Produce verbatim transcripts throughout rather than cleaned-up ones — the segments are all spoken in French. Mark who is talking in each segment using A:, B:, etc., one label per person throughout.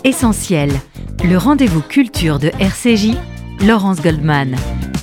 A: Essentiel, le rendez-vous culture de R C J, Laurence Goldman.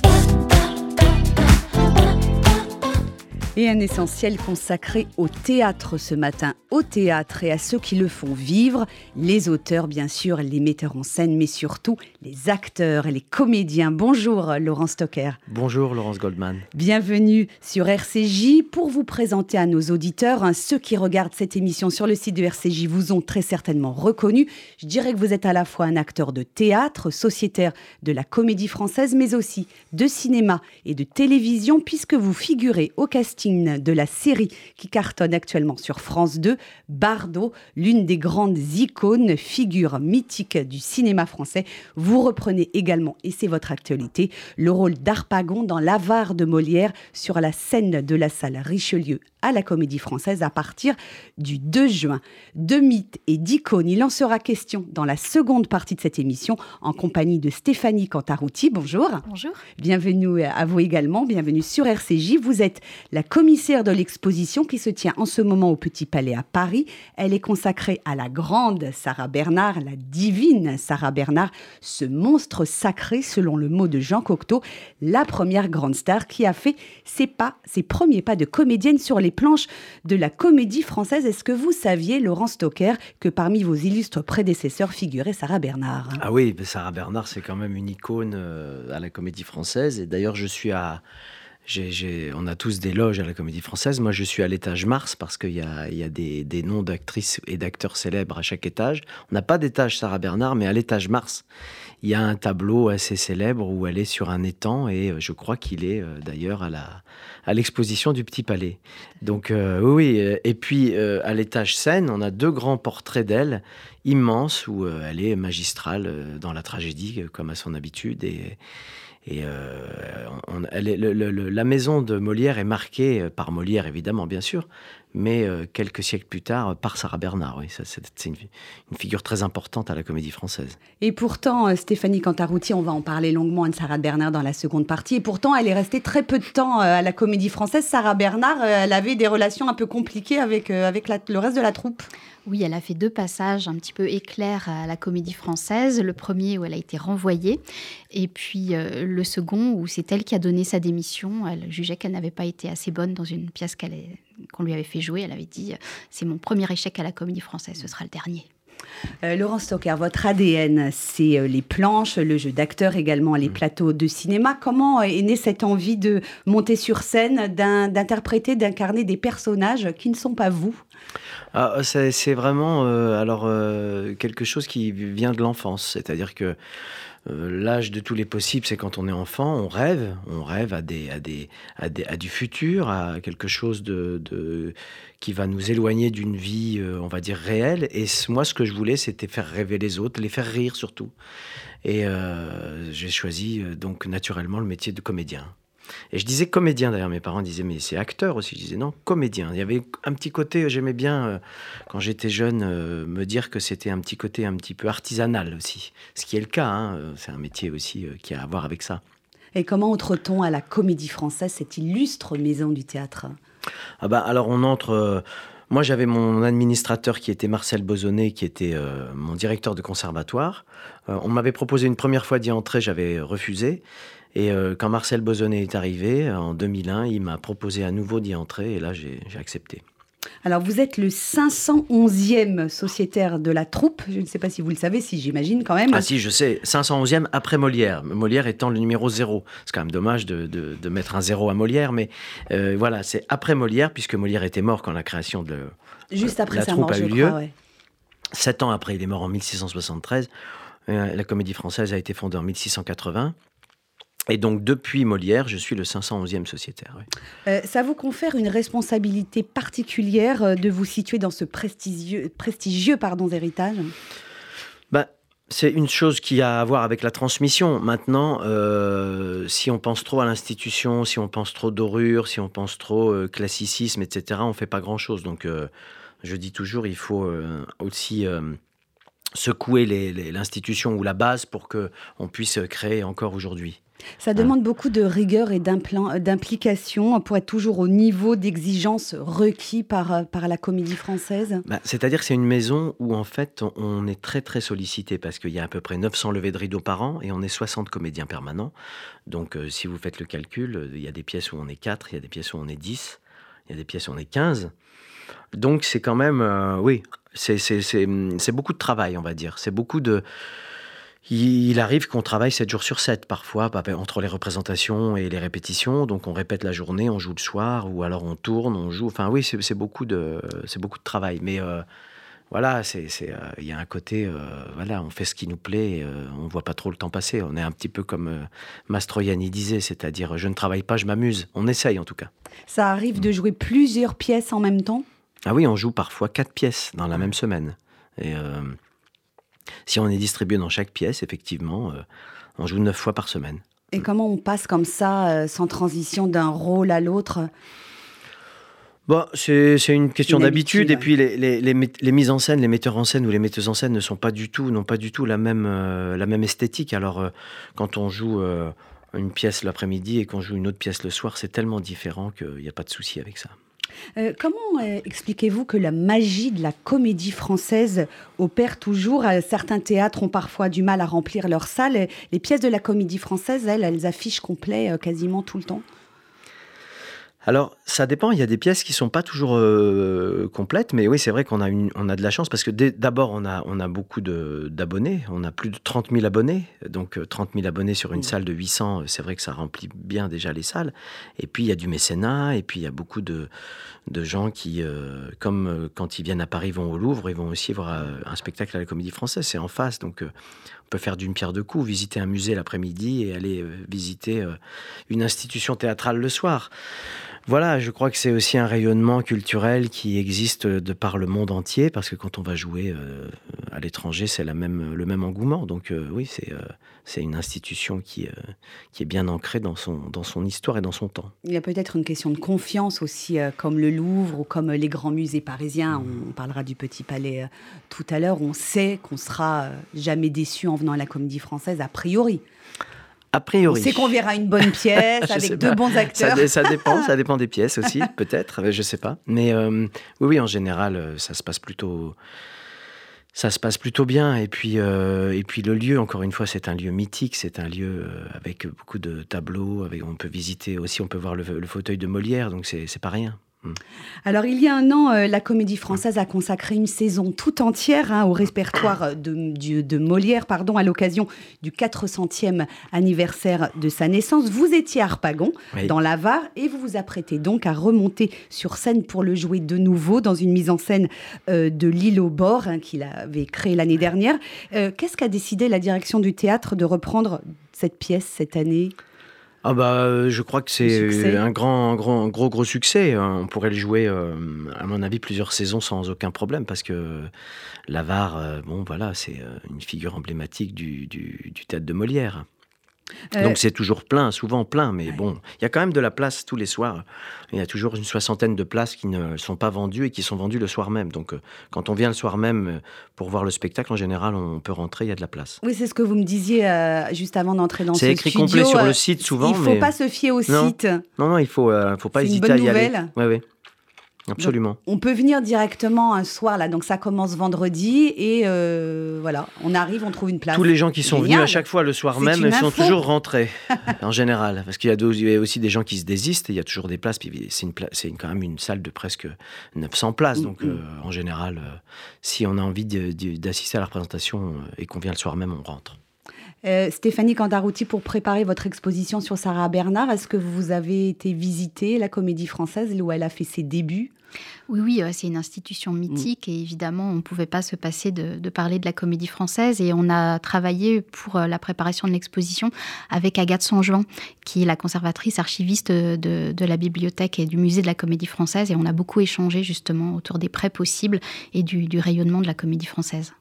B: Et un essentiel consacré au théâtre ce matin, au théâtre et à ceux qui le font vivre, les auteurs bien sûr, les metteurs en scène, mais surtout les acteurs et les comédiens. Bonjour Laurence Stocker.
C: Bonjour Laurence Goldman.
B: Bienvenue sur R C J pour vous présenter à nos auditeurs. Hein, ceux qui regardent cette émission sur le site de R C J vous ont très certainement reconnu. Je dirais que vous êtes à la fois un acteur de théâtre, sociétaire de la Comédie Française, mais aussi de cinéma et de télévision, puisque vous figurez au casting de la série qui cartonne actuellement sur France deux, Bardot, l'une des grandes icônes, figure mythique du cinéma français. Vous reprenez également, et c'est votre actualité, le rôle d'Harpagon dans L'Avare de Molière sur la scène de la salle Richelieu à la Comédie Française à partir du deux juin. De mythes et d'icônes, il en sera question dans la seconde partie de cette émission en compagnie de Stéphanie Cantaroutti. Bonjour.
D: Bonjour.
B: Bienvenue à vous également, bienvenue sur R C J. Vous êtes la commissaire de l'exposition qui se tient en ce moment au Petit Palais à Paris. Elle est consacrée à la grande Sarah Bernard, la divine Sarah Bernard, ce monstre sacré selon le mot de Jean Cocteau, la première grande star qui a fait ses pas, ses premiers pas de comédienne sur les planches de la Comédie Française. Est-ce que vous saviez, Laurence Stocker, que parmi vos illustres prédécesseurs figurait Sarah Bernard ?
C: Ah oui, Sarah Bernard, c'est quand même une icône à la Comédie Française. Et d'ailleurs, je suis à... J'ai, j'ai... On a tous des loges à la Comédie Française. Moi, je suis à l'étage Mars parce qu'il y a, il y a des, des noms d'actrices et d'acteurs célèbres à chaque étage. On n'a pas d'étage Sarah Bernard, mais à l'étage Mars, il y a un tableau assez célèbre où elle est sur un étang et je crois qu'il est euh, d'ailleurs à, la, à l'exposition du Petit Palais. Donc euh, oui, oui. Et puis euh, à l'étage scène, on a deux grands portraits d'elle immenses où euh, elle est magistrale euh, dans la tragédie euh, comme à son habitude et Et euh, on, elle est, le, le, la maison de Molière est marquée par Molière, évidemment, bien sûr, mais euh, quelques siècles plus tard, par Sarah Bernard. Oui, ça, c'est, c'est une, une figure très importante à la Comédie Française.
B: Et pourtant, euh, Stéphanie Cantaroutti, on va en parler longuement de Sarah Bernard dans la seconde partie, et pourtant, elle est restée très peu de temps euh, à la Comédie Française. Sarah Bernard, euh, elle avait des relations un peu compliquées avec, euh, avec la, le reste de la troupe.
D: Oui, elle a fait deux passages un petit peu éclairs à la Comédie Française. Le premier où elle a été renvoyée et puis euh, le second où c'est elle qui a donné sa démission. Elle jugeait qu'elle n'avait pas été assez bonne dans une pièce qu'elle est, qu'on lui avait fait jouer. Elle avait dit « c'est mon premier échec à la Comédie Française, ce sera le dernier ».
B: Euh, Laurence Stocker, votre A D N, c'est euh, les planches, le jeu d'acteur, également les mmh. plateaux de cinéma. Comment est née cette envie de monter sur scène, d'un, d'interpréter, d'incarner des personnages qui ne sont pas vous ?
C: Ah, c'est, c'est vraiment euh, alors, euh, quelque chose qui vient de l'enfance. C'est-à-dire que euh, l'âge de tous les possibles, c'est quand on est enfant, on rêve. On rêve à, des, à, des, à, des, à du futur, à quelque chose de, de, qui va nous éloigner d'une vie, euh, on va dire, réelle. Et moi, ce que je voulais, c'était faire rêver les autres, les faire rire surtout. Et euh, j'ai choisi euh, donc naturellement le métier de comédien. Et je disais comédien, d'ailleurs, mes parents disaient, mais c'est acteur aussi. Je disais non, comédien. Il y avait un petit côté, j'aimais bien, euh, quand j'étais jeune, euh, me dire que c'était un petit côté un petit peu artisanal aussi. Ce qui est le cas, hein, c'est un métier aussi euh, qui a à voir avec ça.
B: Et comment entre-t-on à la Comédie Française, cette illustre maison du théâtre ?
C: Ah bah, alors on entre... Euh, moi, j'avais mon administrateur qui était Marcel Bozonnet, qui était euh, mon directeur de conservatoire. Euh, on m'avait proposé une première fois d'y entrer, j'avais refusé. Et euh, quand Marcel Bozonnet est arrivé, en deux mille un, il m'a proposé à nouveau d'y entrer, et là, j'ai, j'ai accepté.
B: Alors, vous êtes le cinq cent onzième sociétaire de la troupe. Je ne sais pas si vous le savez, si j'imagine quand même.
C: Ah si, je sais. cinq cent onzième après Molière. Molière étant le numéro zéro. C'est quand même dommage de, de, de mettre un zéro à Molière, mais euh, voilà, c'est après Molière, puisque Molière était mort quand la création de
B: Juste après
C: la
B: sa
C: troupe
B: mort,
C: a eu
B: je
C: lieu.
B: crois, ouais.
C: Sept ans après, il est mort en mille six cent soixante-treize. Euh, la Comédie Française a été fondée en mille six cent quatre-vingts. Et donc, depuis Molière, je suis le cinq cent onzième sociétaire. Oui.
B: Euh, ça vous confère une responsabilité particulière euh, de vous situer dans ce prestigieux, prestigieux pardon, héritage ?
C: Ben, c'est une chose qui a à voir avec la transmission. Maintenant, euh, si on pense trop à l'institution, si on pense trop dorure, si on pense trop euh, classicisme, et cetera, on ne fait pas grand-chose. Donc, euh, je dis toujours, il faut euh, aussi... Euh, secouer les, les, l'institution ou la base pour qu'on puisse créer encore aujourd'hui.
B: Ça demande hein. beaucoup de rigueur et d'implication pour être toujours au niveau d'exigence requis par, par la Comédie Française.
C: Bah, c'est-à-dire que c'est une maison où en fait on est très très sollicité parce qu'il y a à peu près neuf cents levées de rideaux par an et on est soixante comédiens permanents. Donc euh, si vous faites le calcul, il y a des pièces où on est quatre, il y a des pièces où on est dix, il y a des pièces où on est quinze. Donc c'est quand même, euh, oui, c'est, c'est, c'est, c'est beaucoup de travail, on va dire. C'est beaucoup de... Il arrive qu'on travaille sept jours sur sept, parfois, entre les représentations et les répétitions. Donc, on répète la journée, on joue le soir, ou alors on tourne, on joue. Enfin, oui, c'est, c'est, beaucoup, de, c'est beaucoup de travail. Mais euh, voilà, c'est, c'est, euh, y a un côté, euh, voilà, on fait ce qui nous plaît, et, euh, on ne voit pas trop le temps passer. On est un petit peu comme euh, Mastroianni disait, c'est-à-dire, je ne travaille pas, je m'amuse. On essaye, en tout cas.
B: Ça arrive de jouer plusieurs pièces en même temps ?
C: Ah oui, on joue parfois quatre pièces dans la même semaine. Et... Euh, Si on est distribué dans chaque pièce, effectivement, euh, on joue neuf fois par semaine.
B: Et comment on passe comme ça, euh, sans transition, d'un rôle à l'autre ?
C: Bon, c'est, c'est une question
B: une
C: d'habitude.
B: habitude,
C: et puis, les, les, les, les mises en scène, les metteurs en scène ou les metteuses en scène ne sont pas du tout, n'ont pas du tout la même, euh, la même esthétique. Alors, euh, quand on joue euh, une pièce l'après-midi et qu'on joue une autre pièce le soir, c'est tellement différent qu'il n'y a pas de souci avec ça.
B: Euh, comment euh, expliquez-vous que la magie de la Comédie Française opère toujours ? euh, Certains théâtres ont parfois du mal à remplir leurs salles. Les pièces de la Comédie Française, elles, elles affichent complet euh, quasiment tout le temps.
C: Alors, ça dépend. Il y a des pièces qui ne sont pas toujours euh, complètes, mais oui, c'est vrai qu'on a, une, on a de la chance parce que dès, d'abord, on a, on a beaucoup de, d'abonnés. On a plus de trente mille abonnés. Donc, trente mille abonnés sur une mmh. salle de huit cents, c'est vrai que ça remplit bien déjà les salles. Et puis, il y a du mécénat, et puis il y a beaucoup de, de gens qui, euh, comme euh, quand ils viennent à Paris, vont au Louvre, ils vont aussi voir euh, un spectacle à la Comédie Française. C'est en face, donc... Euh, on peut faire d'une pierre deux coups, visiter un musée l'après-midi et aller euh, visiter euh, une institution théâtrale le soir. Voilà, je crois que c'est aussi un rayonnement culturel qui existe de par le monde entier, parce que quand on va jouer euh, à l'étranger, c'est la même, le même engouement. Donc euh, oui, c'est, euh, c'est une institution qui, euh, qui est bien ancrée dans son, dans son histoire et dans son temps.
B: Il y a peut-être une question de confiance aussi, euh, comme le Louvre ou comme les grands musées parisiens. On, on parlera du Petit Palais euh, tout à l'heure. On sait qu'on sera euh, jamais déçu en venant à la Comédie Française, a priori.
C: A priori.
B: On sait qu'on verra une bonne pièce avec deux bons acteurs.
C: Ça, ça dépend, ça dépend des pièces aussi, peut-être, je sais pas. Mais euh, oui, oui, en général, ça se passe plutôt, ça se passe plutôt bien. Et puis, euh, et puis le lieu, encore une fois, c'est un lieu mythique, c'est un lieu avec beaucoup de tableaux. Avec, on peut visiter aussi, on peut voir le, le fauteuil de Molière, donc c'est, c'est pas rien.
B: Alors, il y a un an, euh, la Comédie Française a consacré une saison tout entière hein, au répertoire de, de, de Molière, pardon, à l'occasion du quatre centième anniversaire de sa naissance. Vous étiez à Harpagon, oui. dans la Var, et vous vous apprêtez donc à remonter sur scène pour le jouer de nouveau dans une mise en scène euh, de L'Île aux bords, hein, qu'il avait créée l'année dernière. Euh, qu'est-ce qu'a décidé la direction du théâtre de reprendre cette pièce cette année ?
C: Ah bah, je crois que c'est un grand, grand, gros, gros succès. On pourrait le jouer, euh, à mon avis, plusieurs saisons sans aucun problème, parce que la Var, euh, bon, voilà, c'est une figure emblématique du, du, du théâtre de Molière. Euh... Donc c'est toujours plein, souvent plein, mais ouais. bon, il y a quand même de la place tous les soirs. Il y a toujours une soixantaine de places qui ne sont pas vendues et qui sont vendues le soir même. Donc euh, quand on vient le soir même euh, pour voir le spectacle, en général, on peut rentrer, il y a de la place.
B: Oui, c'est ce que vous me disiez euh, juste avant d'entrer dans
C: c'est
B: ce
C: écrit
B: studio.
C: complet sur le site souvent.
B: Il ne faut
C: mais...
B: pas se fier au
C: non.
B: site.
C: Non, non, il ne faut, euh, faut pas
B: c'est
C: hésiter
B: une bonne
C: à y
B: nouvelle.
C: aller. Oui, oui. Absolument.
B: Donc, on peut venir directement un soir, là, donc ça commence vendredi, et euh, voilà, on arrive, on trouve une place.
C: Tous les gens qui sont
B: Génial.
C: venus à chaque fois le soir
B: C'est
C: même, ils sont
B: info.
C: toujours rentrés, en général. Parce qu'il y a, de, il y a aussi des gens qui se désistent, et il y a toujours des places, puis c'est, une, c'est une, quand même une salle de presque neuf cents places, donc mmh. euh, en général, euh, si on a envie de, de, d'assister à la représentation euh, et qu'on vient le soir même, on rentre.
B: Euh, Stéphanie Candarouti, pour préparer votre exposition sur Sarah Bernard, est-ce que vous avez été visiter la Comédie Française où elle a fait ses débuts ?
D: Oui, oui, c'est une institution mythique et évidemment, on ne pouvait pas se passer de, de parler de la Comédie Française. Et on a travaillé pour la préparation de l'exposition avec Agathe Sanjuan, qui est la conservatrice archiviste de, de la bibliothèque et du musée de la Comédie Française. Et on a beaucoup échangé justement autour des prêts possibles et du, du rayonnement de la Comédie Française.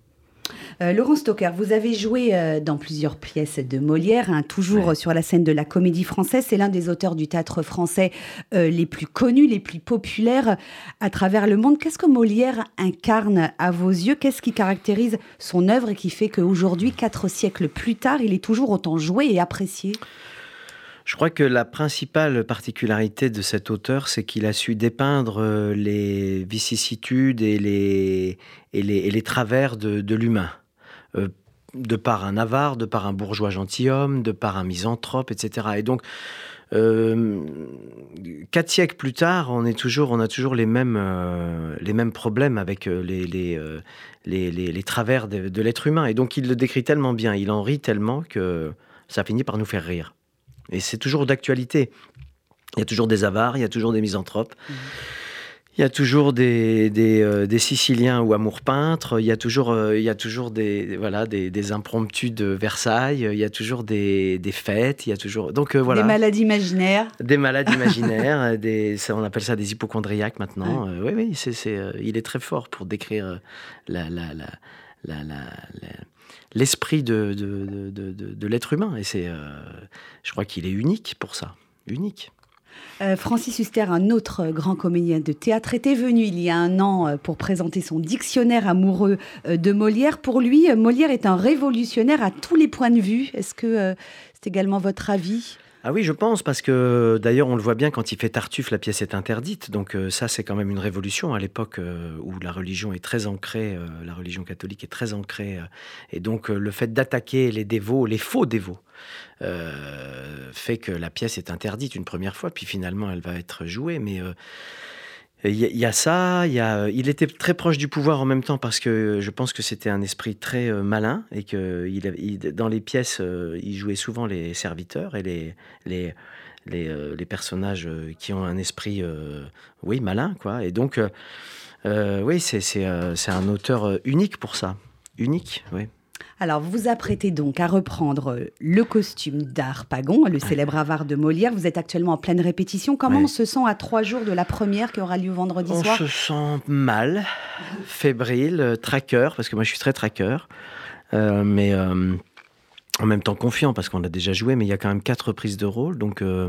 B: Euh, Laurent Stocker, vous avez joué euh, dans plusieurs pièces de Molière, hein, toujours ouais. sur la scène de la Comédie Française. C'est l'un des auteurs du théâtre français euh, les plus connus, les plus populaires à travers le monde. Qu'est-ce que Molière incarne à vos yeux? Qu'est-ce qui caractérise son œuvre et qui fait qu'aujourd'hui, quatre siècles plus tard, il est toujours autant joué et apprécié?
C: Je crois que la principale particularité de cet auteur, c'est qu'il a su dépeindre les vicissitudes et les, et les, et les travers de, de l'humain. Euh, de par un avare, de par un bourgeois gentilhomme, de par un misanthrope, et cetera. Et donc, euh, quatre siècles plus tard, on, est toujours, on a toujours les mêmes, euh, les mêmes problèmes avec les, les, euh, les, les, les travers de, de l'être humain. Et donc, il le décrit tellement bien, il en rit tellement que ça finit par nous faire rire. Et c'est toujours d'actualité. Il y a toujours des avares, il y a toujours des misanthropes, mmh. il y a toujours des, des, euh, des Siciliens ou amours-peintres, il y a toujours, euh, il y a toujours des, voilà, des, des impromptus de Versailles, il y a toujours des, des fêtes, il y a toujours... Donc, euh, voilà.
B: Des malades imaginaires.
C: Des malades imaginaires, des, ça, on appelle ça des hypochondriaques maintenant. Ouais. Euh, oui, oui, c'est, c'est, euh, il est très fort pour décrire la... la, la, la, la, la l'esprit de, de, de, de, de l'être humain. Et c'est, euh, je crois qu'il est unique pour ça. Unique.
B: Euh, Francis Huster, un autre grand comédien de théâtre, était venu il y a un an pour présenter son dictionnaire amoureux de Molière. Pour lui, Molière est un révolutionnaire à tous les points de vue. Est-ce que euh, c'est également votre avis ?
C: Ah oui, je pense, parce que d'ailleurs, on le voit bien quand il fait Tartuffe, la pièce est interdite. Donc euh, ça, c'est quand même une révolution à l'époque euh, où la religion est très ancrée, euh, la religion catholique est très ancrée. Euh, et donc, euh, le fait d'attaquer les dévots, les faux dévots, euh, fait que la pièce est interdite une première fois, puis finalement, elle va être jouée. Mais euh, il y, y a ça, y a, il était très proche du pouvoir en même temps, parce que je pense que c'était un esprit très euh, malin, et que il, il, dans les pièces, euh, il jouait souvent les serviteurs et les, les, les, euh, les personnages qui ont un esprit euh, oui, malin, quoi. Et donc, euh, euh, oui, c'est, c'est, euh, c'est un auteur unique pour ça. Unique, oui.
B: Alors, vous vous apprêtez donc à reprendre le costume d'Harpagon, le célèbre avare de Molière. Vous êtes actuellement en pleine répétition. Comment ouais. on se sent à trois jours de la première qui aura lieu vendredi
C: on
B: soir ?
C: On se sent mal, fébrile, traqueur, parce que moi je suis très traqueur, euh, mais euh, en même temps confiant, parce qu'on a déjà joué, mais il y a quand même quatre reprises de rôle, donc... Euh,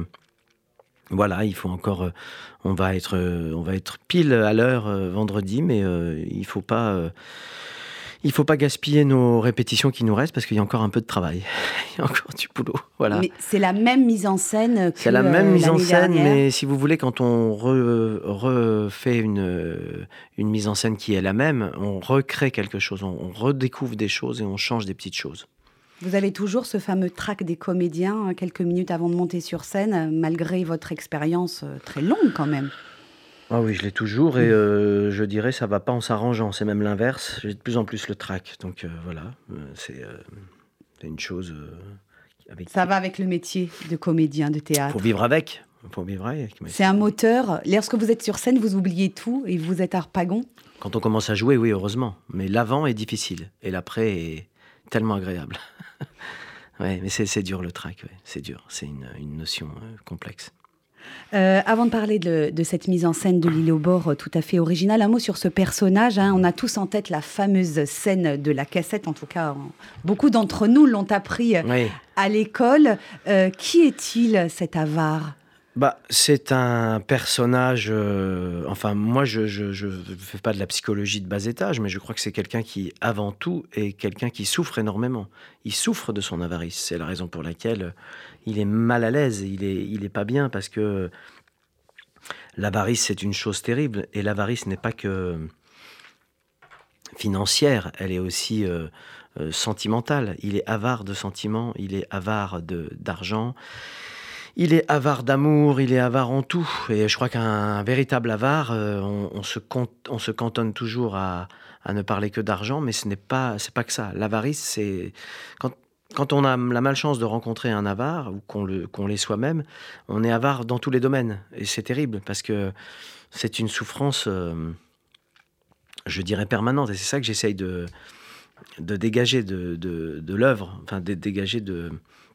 C: Voilà, il faut encore, euh, on va être, euh, on va être pile à l'heure euh, vendredi, mais euh, il faut pas, euh, il faut pas gaspiller nos répétitions qui nous restent, parce qu'il y a encore un peu de travail, il y a encore du boulot. Voilà.
B: Mais c'est la même mise en scène que
C: c'est la même
B: euh,
C: mise en scène,
B: dernière.
C: Mais si vous voulez, quand on re, refait une une mise en scène qui est la même, on recrée quelque chose, on, on redécouvre des choses et on change des petites choses.
B: Vous avez toujours ce fameux trac des comédiens quelques minutes avant de monter sur scène, malgré votre expérience très longue quand même.
C: Ah oui, je l'ai toujours, et euh, je dirais ça va pas en s'arrangeant, c'est même l'inverse. J'ai de plus en plus le trac, donc euh, voilà, c'est, euh, c'est une chose. Euh, avec
B: ça qui... va avec le métier de comédien de théâtre.
C: Faut vivre avec. Faut vivre avec. Mais
B: c'est un moteur. Lorsque vous êtes sur scène, vous oubliez tout et vous êtes Harpagon.
C: Quand on commence à jouer, oui, heureusement. Mais l'avant est difficile et l'après est tellement agréable. Ouais, mais c'est, c'est dur le trac, ouais. C'est dur, c'est une, une notion euh, complexe.
B: Euh, avant de parler de, de cette mise en scène de l'île aux bords tout à fait originale, un mot sur ce personnage. Hein. On a tous en tête la fameuse scène de la cassette, en tout cas, en, beaucoup d'entre nous l'ont appris oui. à l'école. Euh, qui est-il, cet avare ?
C: Bah, c'est un personnage. Euh, enfin, moi, je je je fais pas de la psychologie de bas étage, mais je crois que c'est quelqu'un qui, avant tout, est quelqu'un qui souffre énormément. Il souffre de son avarice. C'est la raison pour laquelle il est mal à l'aise. Il est il est pas bien, parce que l'avarice, c'est une chose terrible, et l'avarice n'est pas que financière. Elle est aussi euh, euh, sentimentale. Il est avare de sentiments. Il est avare de d'argent. Il est avare d'amour, il est avare en tout. Et je crois qu'un véritable avare, euh, on, on, se con, on se cantonne toujours à, à ne parler que d'argent, mais ce n'est pas, c'est pas que ça. L'avarice, c'est... Quand, quand on a la malchance de rencontrer un avare, ou qu'on, le, qu'on l'est soi-même, on est avare dans tous les domaines. Et c'est terrible, parce que c'est une souffrance, euh, je dirais, permanente. Et c'est ça que j'essaye de, de dégager de, de, de l'œuvre, enfin, de dégager de...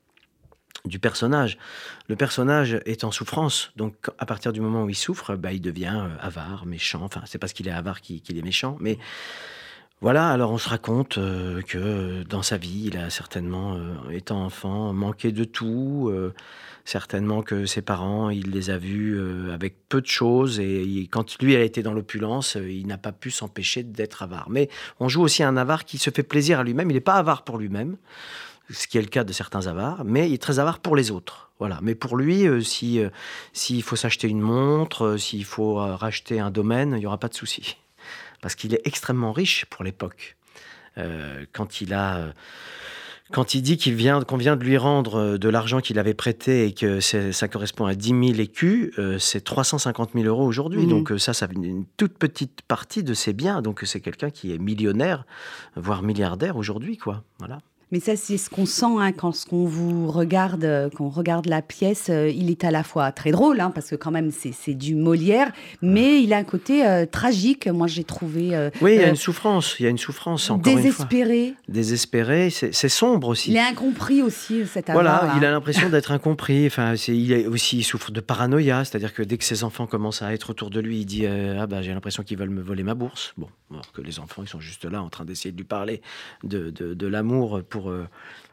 C: du personnage. Le personnage est en souffrance, donc à partir du moment où il souffre, bah, il devient euh, avare, méchant. Enfin, c'est parce qu'il est avare qu'il, qu'il est méchant, mais Voilà, alors on se raconte euh, que dans sa vie, il a certainement, euh, étant enfant, manqué de tout. Euh, certainement que ses parents, il les a vus euh, avec peu de choses. Et il, quand lui a été dans l'opulence, euh, il n'a pas pu s'empêcher d'être avare. Mais on joue aussi un avare qui se fait plaisir à lui-même. Il n'est pas avare pour lui-même, ce qui est le cas de certains avares, mais il est très avare pour les autres. Voilà. Mais pour lui, euh, si, euh, s'il faut s'acheter une montre, euh, s'il faut euh, racheter un domaine, il n'y aura pas de souci. Parce qu'il est extrêmement riche pour l'époque. Euh, quand il a, euh, quand il dit qu'il vient, qu'on vient de lui rendre de l'argent qu'il avait prêté et que c'est, ça correspond à dix mille écus, euh, c'est trois cent cinquante mille euros aujourd'hui. Mmh. Donc ça, ça une toute petite partie de ses biens. Donc c'est quelqu'un qui est millionnaire, voire milliardaire aujourd'hui, quoi. Voilà.
B: Mais ça, c'est ce qu'on sent hein, quand on vous regarde, quand on regarde la pièce. Euh, il est à la fois très drôle, hein, parce que quand même, c'est, c'est du Molière, mais il a un côté euh, tragique. Moi, j'ai trouvé... Euh,
C: oui, il y a
B: euh,
C: une souffrance, il y a une souffrance, encore
B: désespéré.
C: une fois. Désespéré. C'est, c'est sombre aussi.
B: Il est incompris aussi, cet avare.
C: Voilà, il a l'impression d'être incompris. Enfin, c'est, il, est aussi, il souffre de paranoïa, c'est-à-dire que dès que ses enfants commencent à être autour de lui, il dit euh, « Ah bah, j'ai l'impression qu'ils veulent me voler ma bourse ». Bon, alors que les enfants, ils sont juste là en train d'essayer de lui parler de, de, de l'amour pour... Euh,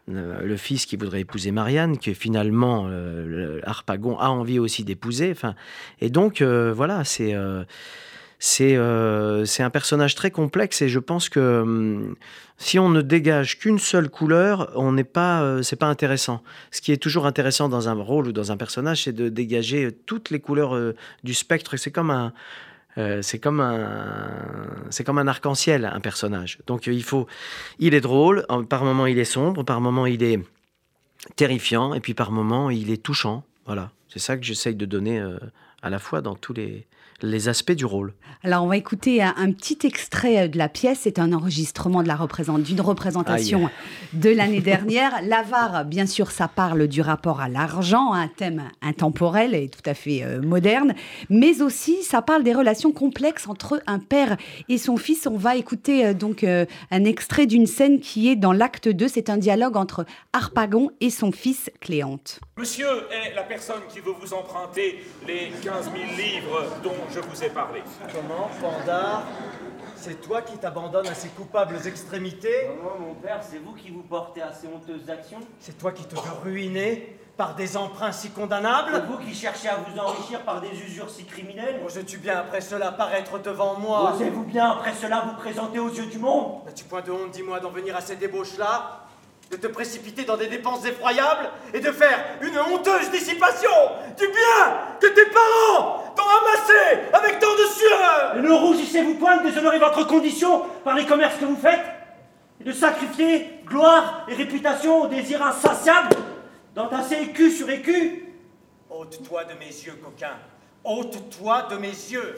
C: le fils qui voudrait épouser Marianne, que finalement euh, Harpagon a envie aussi d'épouser. Enfin, et donc, euh, voilà, c'est, euh, c'est, euh, c'est un personnage très complexe et je pense que euh, si on ne dégage qu'une seule couleur, on n'est pas, euh, c'est pas intéressant. Ce qui est toujours intéressant dans un rôle ou dans un personnage, c'est de dégager toutes les couleurs euh, du spectre. C'est comme un... Euh, c'est comme un, c'est comme un arc-en-ciel, un personnage. Donc, euh, il faut, il est drôle, par moments il est sombre, par moments il est terrifiant, et puis par moments il est touchant. Voilà, c'est ça que j'essaye de donner euh, à la fois dans tous les, les aspects du rôle.
B: Alors, on va écouter un, un petit extrait de la pièce. C'est un enregistrement de la représent- d'une représentation Aïe. de l'année dernière. L'avare, bien sûr, ça parle du rapport à l'argent, un thème intemporel et tout à fait euh, moderne. Mais aussi, ça parle des relations complexes entre un père et son fils. On va écouter euh, donc euh, un extrait d'une scène qui est dans l'acte deux. C'est un dialogue entre Harpagon et son fils Cléante.
E: Monsieur est la personne qui veut vous emprunter les quinze mille livres dont je vous ai parlé.
F: Comment, Pandare? C'est toi qui t'abandonnes à ces coupables extrémités?
G: Non, mon père, c'est vous qui vous portez à ces honteuses actions?
F: C'est toi qui te veux ruiner par des emprunts si condamnables?
G: C'est vous qui cherchez à vous enrichir par des usures si criminelles?
F: Osais-tu bien après cela paraître devant moi?
G: Osez-vous bien après cela vous présenter aux yeux du monde?
F: N'as-tu point de honte, dis-moi, d'en venir à ces débauches-là? De te précipiter dans des dépenses effroyables et de faire une honteuse dissipation du bien que tes parents t'ont amassé avec tant de sueur?
G: Et ne rougissez-vous point de déshonorer votre condition par les commerces que vous faites et de sacrifier gloire et réputation au désir insatiable d'entasser écu sur écu?
F: Ôte-toi de mes yeux, coquin. Ôte-toi de mes yeux.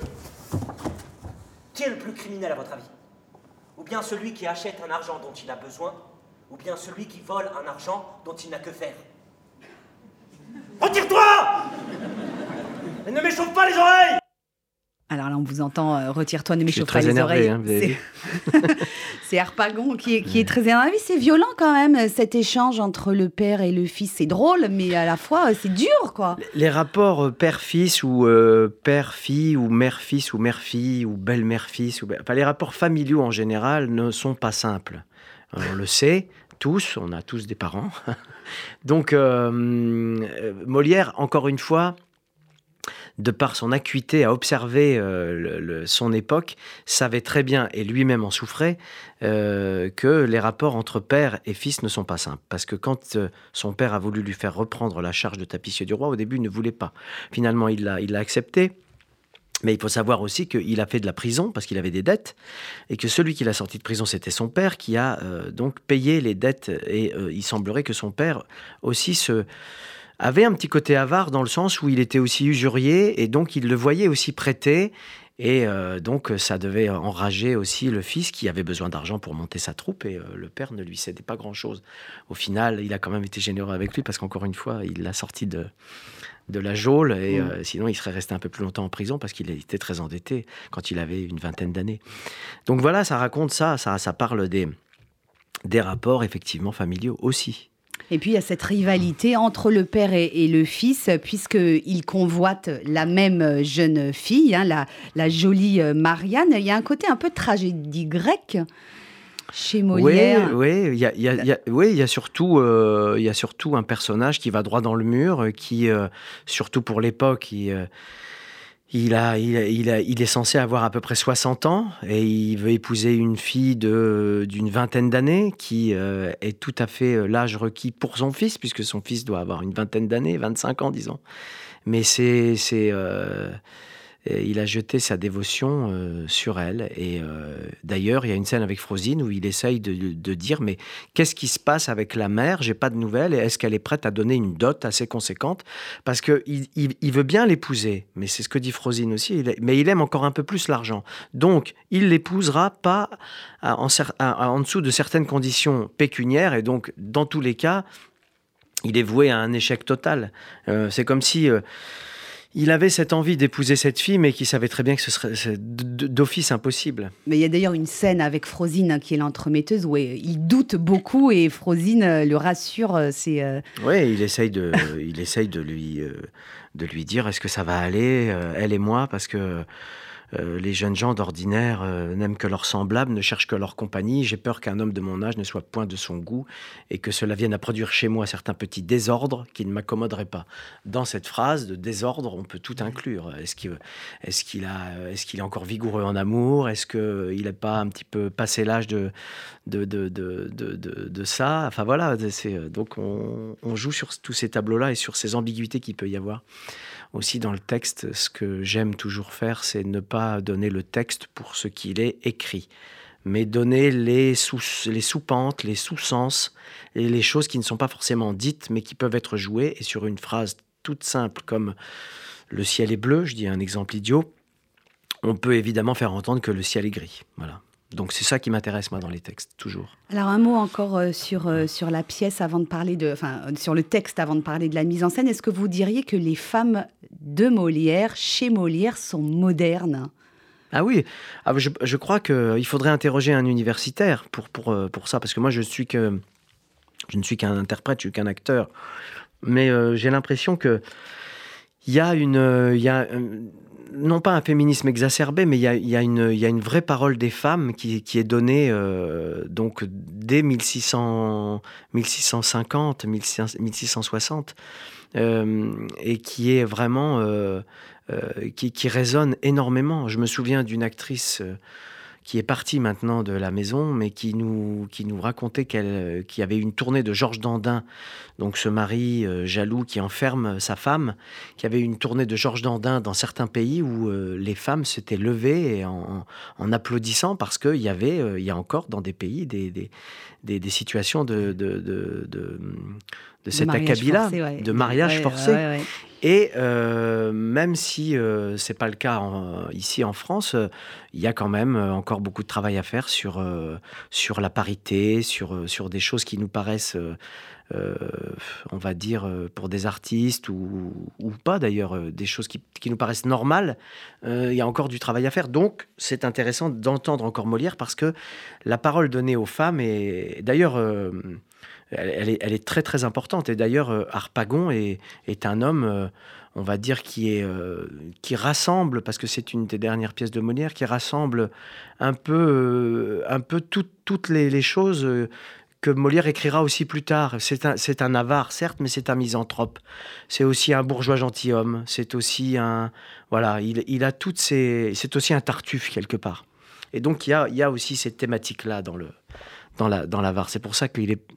G: Qui est le plus criminel à votre avis? Ou bien celui qui achète un argent dont il a besoin, ou bien celui qui vole un argent dont il n'a que faire?
F: Retire-toi! Et ne m'échauffe pas les oreilles!
B: Alors là, on vous entend, euh, retire-toi, ne m'échauffe pas
C: les
B: énervé,
C: oreilles. Hein,
B: c'est... c'est Harpagon qui est, qui est très énervé. C'est violent quand même, cet échange entre le père et le fils. C'est drôle, mais à la fois, c'est dur, quoi.
C: Les rapports père-fils ou euh, père-fille ou mère-fils ou mère-fille ou belle-mère-fils, ou... enfin, les rapports familiaux en général ne sont pas simples. On le sait, tous, on a tous des parents. Donc, euh, Molière, encore une fois, de par son acuité à observer euh, le, le, son époque, savait très bien, et lui-même en souffrait, euh, que les rapports entre père et fils ne sont pas simples. Parce que quand euh, son père a voulu lui faire reprendre la charge de tapissier du roi, au début, il ne voulait pas. Finalement, il l'a, il l'a accepté. Mais il faut savoir aussi qu'il a fait de la prison parce qu'il avait des dettes et que celui qui l'a sorti de prison, c'était son père qui a euh, donc payé les dettes. Et euh, il semblerait que son père aussi se... avait un petit côté avare dans le sens où il était aussi usurier et donc il le voyait aussi prêter. Et euh, donc ça devait enrager aussi le fils qui avait besoin d'argent pour monter sa troupe et euh, le père ne lui cédait pas grand-chose. Au final, il a quand même été généreux avec lui parce qu'encore une fois, il l'a sorti de... de la geôle, et mmh. euh, sinon il serait resté un peu plus longtemps en prison parce qu'il était très endetté quand il avait une vingtaine d'années. Donc voilà, ça raconte ça, ça, ça parle des, des rapports effectivement familiaux aussi.
B: Et puis il y a cette rivalité entre le père et, et le fils, puisqu'ils convoitent la même jeune fille, hein, la, la jolie Marianne. Il y a un côté un peu tragédie grecque chez Molière.
C: Oui, il y a, y a, y a, oui, y a surtout, euh, y a surtout un personnage qui va droit dans le mur, qui, euh, surtout pour l'époque, il, euh, il, a, il, a, il, a, il est censé avoir à peu près soixante ans et il veut épouser une fille de, d'une vingtaine d'années qui euh, est tout à fait l'âge requis pour son fils, puisque son fils doit avoir une vingtaine d'années, vingt-cinq ans, disons. Mais c'est... c'est euh, il a jeté sa dévotion euh, sur elle. Et euh, d'ailleurs, il y a une scène avec Frosine où il essaye de, de dire « Mais qu'est-ce qui se passe avec la mère ? J'ai pas de nouvelles. Et est-ce qu'elle est prête à donner une dot assez conséquente ?» Parce qu'il il, il veut bien l'épouser. Mais c'est ce que dit Frosine aussi. Il est, mais il aime encore un peu plus l'argent. Donc, il l'épousera pas à, en, à, en dessous de certaines conditions pécuniaires. Et donc, dans tous les cas, il est voué à un échec total. Euh, c'est comme si... Euh, Il avait cette envie d'épouser cette fille, mais qui savait très bien que ce serait d'office impossible.
B: Mais il y a d'ailleurs une scène avec Frosine, qui est l'entremetteuse, où il doute beaucoup et Frosine le rassure. C'est, euh...
C: Oui, il essaye de, il essaye de lui, de lui dire est-ce que ça va aller, elle et moi, parce que Euh, les jeunes gens d'ordinaire euh, n'aiment que leurs semblables, ne cherchent que leur compagnie. J'ai peur qu'un homme de mon âge ne soit point de son goût et que cela vienne à produire chez moi certains petits désordres qui ne m'accommoderaient pas. Dans cette phrase de désordre, on peut tout inclure. Est-ce qu'il, est-ce qu'il, a, est-ce qu'il est encore vigoureux en amour ? Est-ce qu'il n'a pas un petit peu passé l'âge de, de, de, de, de, de, de ça ? Enfin voilà, c'est, donc on, on joue sur tous ces tableaux-là et sur ces ambiguïtés qu'il peut y avoir. Aussi dans le texte, ce que j'aime toujours faire, c'est ne pas donner le texte pour ce qu'il est écrit, mais donner les, sous, les sous-pentes, les sous-sens, et les choses qui ne sont pas forcément dites, mais qui peuvent être jouées. Et sur une phrase toute simple comme « le ciel est bleu », je dis un exemple idiot, on peut évidemment faire entendre que le ciel est gris. Voilà. Donc c'est ça qui m'intéresse, moi, dans les textes, toujours.
B: Alors un mot encore euh, sur, euh, sur la pièce avant de parler de... Enfin, euh, sur le texte avant de parler de la mise en scène. Est-ce que vous diriez que les femmes de Molière, chez Molière, sont modernes ?
C: Ah oui, ah, je, je crois qu'il faudrait interroger un universitaire pour, pour, pour ça, parce que moi, je, suis que, je ne suis qu'un interprète, je ne suis qu'un acteur. Mais euh, j'ai l'impression qu'il y a une... Y a, euh, non pas un féminisme exacerbé, mais il y a, y a, une, y a une vraie parole des femmes qui, qui est donnée euh, donc dès mille six cents, mille six cent cinquante, mille six cent soixante, euh, et qui est vraiment... Euh, euh, qui, qui résonne énormément. Je me souviens d'une actrice... Euh, qui est partie maintenant de la maison, mais qui nous, qui nous racontait qu'elle, qu'il y avait une tournée de Georges Dandin, donc ce mari euh, jaloux qui enferme sa femme, qui avait une tournée de Georges Dandin dans certains pays où euh, les femmes s'étaient levées en, en applaudissant parce qu'il y avait, euh, il y a encore dans des pays des, des, des, des situations de, de, de, de, de cet acabit-là,
B: ouais.
C: de mariage
B: ouais,
C: forcé.
B: Ouais, ouais.
C: Et euh, même si euh, c'est pas le cas en, ici en France, il euh, y a quand même euh, encore beaucoup de travail à faire sur, euh, sur la parité, sur, euh, sur des choses qui nous paraissent, euh, euh, on va dire, euh, pour des artistes ou, ou pas d'ailleurs, euh, des choses qui, qui nous paraissent normales. Il euh, y a encore du travail à faire. Donc, c'est intéressant d'entendre encore Molière parce que la parole donnée aux femmes est d'ailleurs... Euh, Elle, elle, est, elle est très très importante. Et d'ailleurs, euh, Harpagon est, est un homme, euh, on va dire, qui, est, euh, qui rassemble, parce que c'est une des dernières pièces de Molière, qui rassemble un peu, euh, un peu tout, toutes les, les choses euh, que Molière écrira aussi plus tard. C'est un, c'est un avare, certes, mais c'est un misanthrope. C'est aussi un bourgeois gentilhomme. C'est aussi un... Voilà, il, il a toutes ces... C'est aussi un Tartuffe, quelque part. Et donc, il y a, il y a aussi cette thématique-là dans, le, dans, la, dans l'avare. C'est pour ça qu'il est...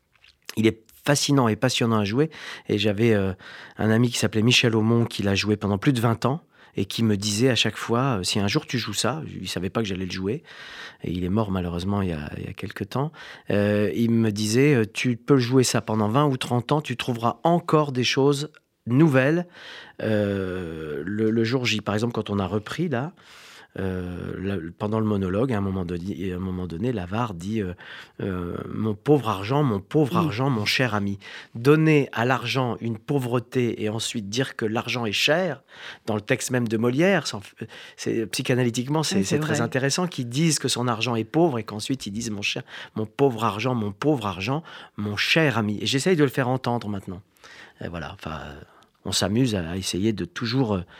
C: Il est fascinant et passionnant à jouer. Et j'avais euh, un ami qui s'appelait Michel Aumont, qui l'a joué pendant plus de vingt ans, et qui me disait à chaque fois, euh, si un jour tu joues ça, il ne savait pas que j'allais le jouer, et il est mort malheureusement il y a, il y a quelques temps, euh, il me disait, tu peux jouer ça pendant vingt ou trente ans, tu trouveras encore des choses nouvelles. Euh, le, le jour J, par exemple, quand on a repris là, euh, le, pendant le monologue, à un moment donné, à un moment donné l'avare dit euh, euh, « Mon pauvre argent, mon pauvre mmh. argent, mon cher ami ». Donner à l'argent une pauvreté et ensuite dire que l'argent est cher, dans le texte même de Molière, c'est, psychanalytiquement, c'est, oui, c'est, c'est très intéressant qu'ils disent que son argent est pauvre et qu'ensuite ils disent « Mon cher, mon pauvre argent, mon pauvre argent, mon cher ami ». Et j'essaye de le faire entendre maintenant. Et voilà, enfin, on s'amuse à essayer de toujours... Euh,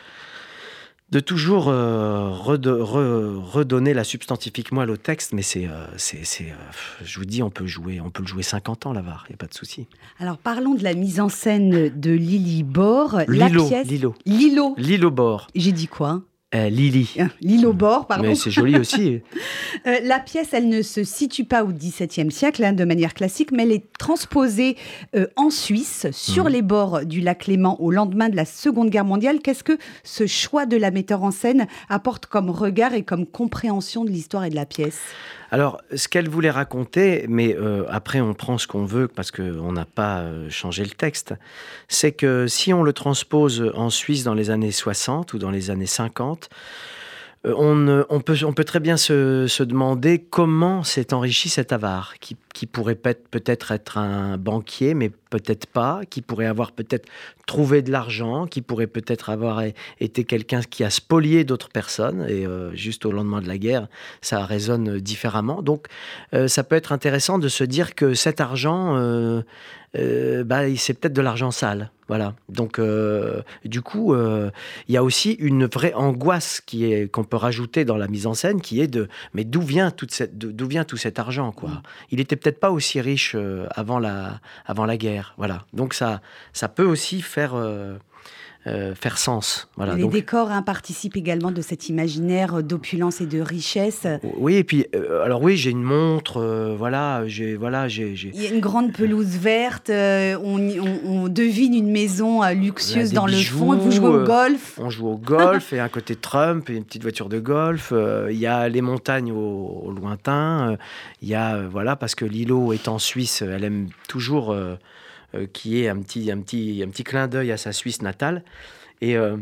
C: de toujours euh, redo- re- redonner la substantifique moelle au texte, mais c'est, euh, c'est, c'est euh, je vous dis, on peut jouer, on peut le jouer cinquante ans, l'avare, il n'y a pas de souci.
B: Alors, parlons de la mise en scène de Lily Bord.
C: Lilo,
B: la pièce...
C: Lilo.
B: Lilo.
C: Lilo Bord.
B: J'ai dit quoi ?
C: Euh, Lily.
B: Lilo Bord, pardon.
C: Mais c'est joli aussi.
B: euh, la pièce, elle ne se situe pas au dix-septième siècle, hein, de manière classique, mais elle est transposée euh, en Suisse, sur mmh. les bords du lac Léman, au lendemain de la Seconde Guerre mondiale. Qu'est-ce que ce choix de la metteur en scène apporte comme regard et comme compréhension de l'histoire et de la pièce ?
C: Alors, ce qu'elle voulait raconter, mais euh, après on prend ce qu'on veut parce qu'on n'a pas euh, changé le texte, c'est que si on le transpose en Suisse dans les années soixante ou dans les années cinquante, euh, on, on, peut, on peut très bien se, se demander comment s'est enrichi cet avare, qui, qui pourrait peut-être être un banquier, mais peut-être pas, qui pourrait avoir peut-être trouvé de l'argent, qui pourrait peut-être avoir été quelqu'un qui a spolié d'autres personnes, et euh, juste au lendemain de la guerre, ça résonne différemment. Donc, euh, ça peut être intéressant de se dire que cet argent, euh, euh, bah, c'est peut-être de l'argent sale. Voilà. Donc, euh, du coup, il euh, y a aussi une vraie angoisse qui est, qu'on peut rajouter dans la mise en scène, qui est de, mais d'où vient, toute cette, d'où vient tout cet argent, quoi ? Mmh. Il était peut-être pas aussi riche euh, avant la, avant la guerre. Voilà. Donc, ça, ça peut aussi faire... Euh, Euh, faire sens. Voilà.
B: Les
C: Donc,
B: décors hein, participent également de cet imaginaire d'opulence et de richesse.
C: Oui, et puis, euh, alors oui, j'ai une montre, euh, voilà, j'ai, voilà, j'ai, j'ai...
B: Il y a une grande pelouse verte, euh, on, on, on devine une maison euh, luxueuse dans
C: bijoux,
B: le fond, vous jouez au golf.
C: Euh, on joue au golf, et à côté Trump, et une petite voiture de golf, euh, il y a les montagnes au, au lointain, il euh, y a, euh, voilà, parce que Lilo est en Suisse, elle aime toujours... Euh, Euh, qui est un petit, un, petit, un petit clin d'œil à sa Suisse natale. Et euh,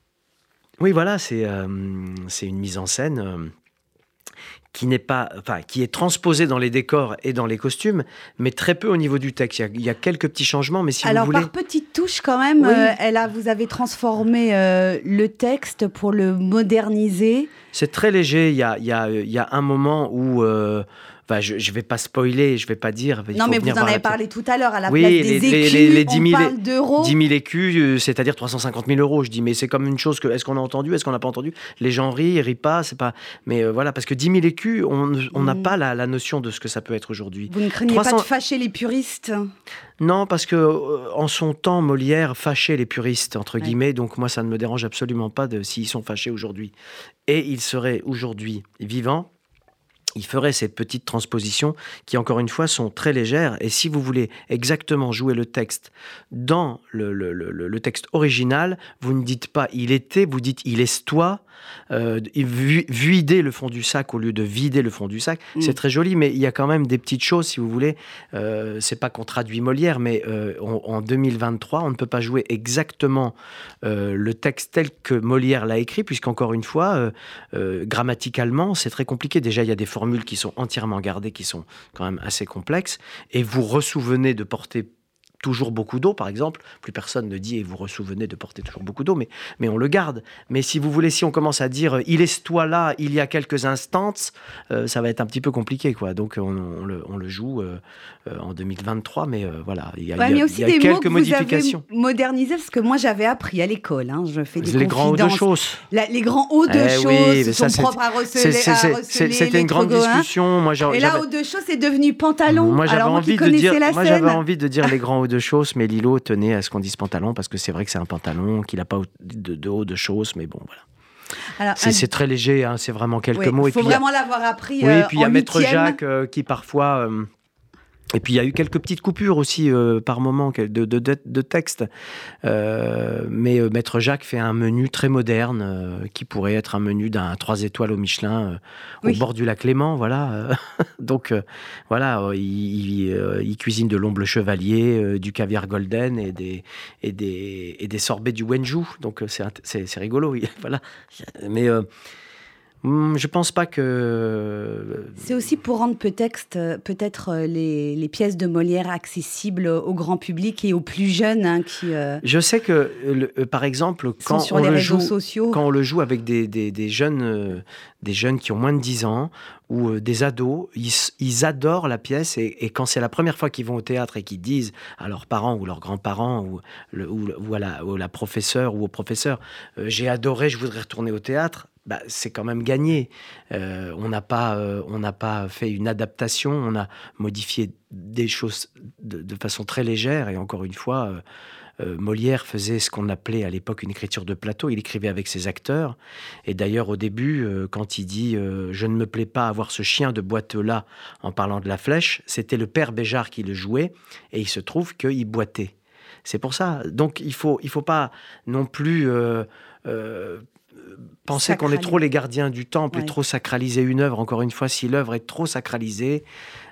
C: oui, voilà, c'est, euh, c'est une mise en scène euh, qui n'est pas, enfin, qui est transposée dans les décors et dans les costumes, mais très peu au niveau du texte. Il y a, il y a quelques petits changements, mais si
B: Alors,
C: vous voulez...
B: par petites touches quand même, oui. euh, elle a, vous avez transformé euh, le texte pour le moderniser.
C: C'est très léger. Il y a, il y a, il y a un moment où... Euh, Enfin, je ne vais pas spoiler, je ne vais pas dire...
B: Non, mais vous en avez parlé tout à l'heure, à la
C: oui,
B: place
C: les,
B: des
C: les,
B: écus,
C: les, les dix mille,
B: on parle d'euros.
C: dix mille écus, c'est-à-dire trois cent cinquante mille euros. Je dis, mais c'est comme une chose que... Est-ce qu'on a entendu, est-ce qu'on n'a pas entendu ? Les gens rient, ils rient pas, c'est pas... Mais euh, voilà, parce que dix mille écus, on n'a mmh. pas la, la notion de ce que ça peut être aujourd'hui.
B: Vous ne craignez trois cents... pas de fâcher les puristes ?
C: Non, parce que euh, en son temps, Molière fâchait les puristes, entre guillemets, ouais. Donc moi, ça ne me dérange absolument pas de, s'ils sont fâchés aujourd'hui. Et ils seraient aujourd'hui vivants, il ferait ces petites transpositions qui, encore une fois, sont très légères. Et si vous voulez exactement jouer le texte dans le, le, le, le texte original, vous ne dites pas « il était », vous dites « il est toi ». Euh, vider le fond du sac au lieu de vider le fond du sac, mmh. c'est très joli, mais il y a quand même des petites choses, si vous voulez. Euh, c'est pas qu'on traduit Molière, mais euh, on, en deux mille vingt-trois, on ne peut pas jouer exactement euh, le texte tel que Molière l'a écrit, puisqu'encore une fois, euh, euh, grammaticalement, c'est très compliqué. Déjà, il y a des formules qui sont entièrement gardées, qui sont quand même assez complexes, et vous ressouvenez de porter toujours beaucoup d'eau, par exemple. Plus personne ne dit « et vous ressouvenez de porter toujours beaucoup d'eau », mais, mais on le garde. Mais si vous voulez, si on commence à dire « il est toi là, il y a quelques instants euh, », ça va être un petit peu compliqué, quoi. Donc on, on, le, on le joue euh, euh, en deux mille vingt-trois, mais euh, voilà, il y a,
B: ouais,
C: il y a,
B: mais aussi
C: il y a
B: des
C: quelques
B: mots que
C: modifications.
B: Vous avez modernisé, parce que moi j'avais appris à l'école, hein, je fais des
C: les
B: confidences.
C: Grands hauts de choses.
B: La, les grands hauts de
C: eh
B: choses
C: oui,
B: sont
C: ça,
B: propres à receler.
C: C'était une grande discussion. Moi,
B: et là, haut de choses, c'est devenu pantalon.
C: Moi, j'avais
B: Alors, moi
C: envie,
B: qui
C: de dire,
B: la
C: moi,
B: scène.
C: j'avais envie de dire les grands hauts de choses, mais Lilo tenait à ce qu'on dise pantalon, parce que c'est vrai que c'est un pantalon, qu'il n'a pas de, de haut de choses, mais bon, voilà. Alors, c'est, un... c'est très léger, hein, c'est vraiment quelques
B: oui,
C: mots.
B: Il faut
C: et puis,
B: vraiment
C: a...
B: l'avoir appris.
C: Oui,
B: euh,
C: et puis il y a Maître
B: huitième.
C: Jacques euh, qui parfois. Euh... Et puis il y a eu quelques petites coupures aussi euh, par moment de, de, de, de texte. Euh, mais euh, Maître Jacques fait un menu très moderne euh, qui pourrait être un menu d'un trois étoiles au Michelin euh, oui. au bord du lac Léman. Voilà. Donc euh, voilà, euh, il, il, euh, il cuisine de l'omble chevalier, euh, du caviar golden et des, et des, et des sorbets du Wenju. Donc euh, c'est, c'est, c'est rigolo. Oui. Voilà. Mais. Euh, Je pense pas que...
B: C'est aussi pour rendre peut-être, peut-être les, les pièces de Molière accessibles au grand public et aux plus jeunes. Hein, qui, euh...
C: Je sais que, le, par exemple, quand
B: sur
C: on,
B: les
C: le
B: réseaux
C: joue,
B: sociaux.
C: quand on le joue avec des, des, des, jeunes, euh, des jeunes qui ont moins de dix ans ou euh, des ados, ils, ils adorent la pièce et, et quand c'est la première fois qu'ils vont au théâtre et qu'ils disent à leurs parents ou leurs grands-parents ou, le, ou, ou, à la, ou à la professeure ou au professeur euh, « j'ai adoré, je voudrais retourner au théâtre », bah, c'est quand même gagné. Euh, on n'a pas, euh, on n'a pas fait une adaptation, on a modifié des choses de, de façon très légère. Et encore une fois, euh, euh, Molière faisait ce qu'on appelait à l'époque une écriture de plateau. Il écrivait avec ses acteurs. Et d'ailleurs, au début, euh, quand il dit euh, « Je ne me plais pas à voir ce chien de boiteux-là » en parlant de la flèche, c'était le père Béjart qui le jouait. Et il se trouve qu'il boitait. C'est pour ça. Donc, il ne faut, il faut pas non plus... Euh, euh, penser qu'on est trop les gardiens du temple ouais. et trop sacraliser une œuvre. Encore une fois, si l'œuvre est trop sacralisée,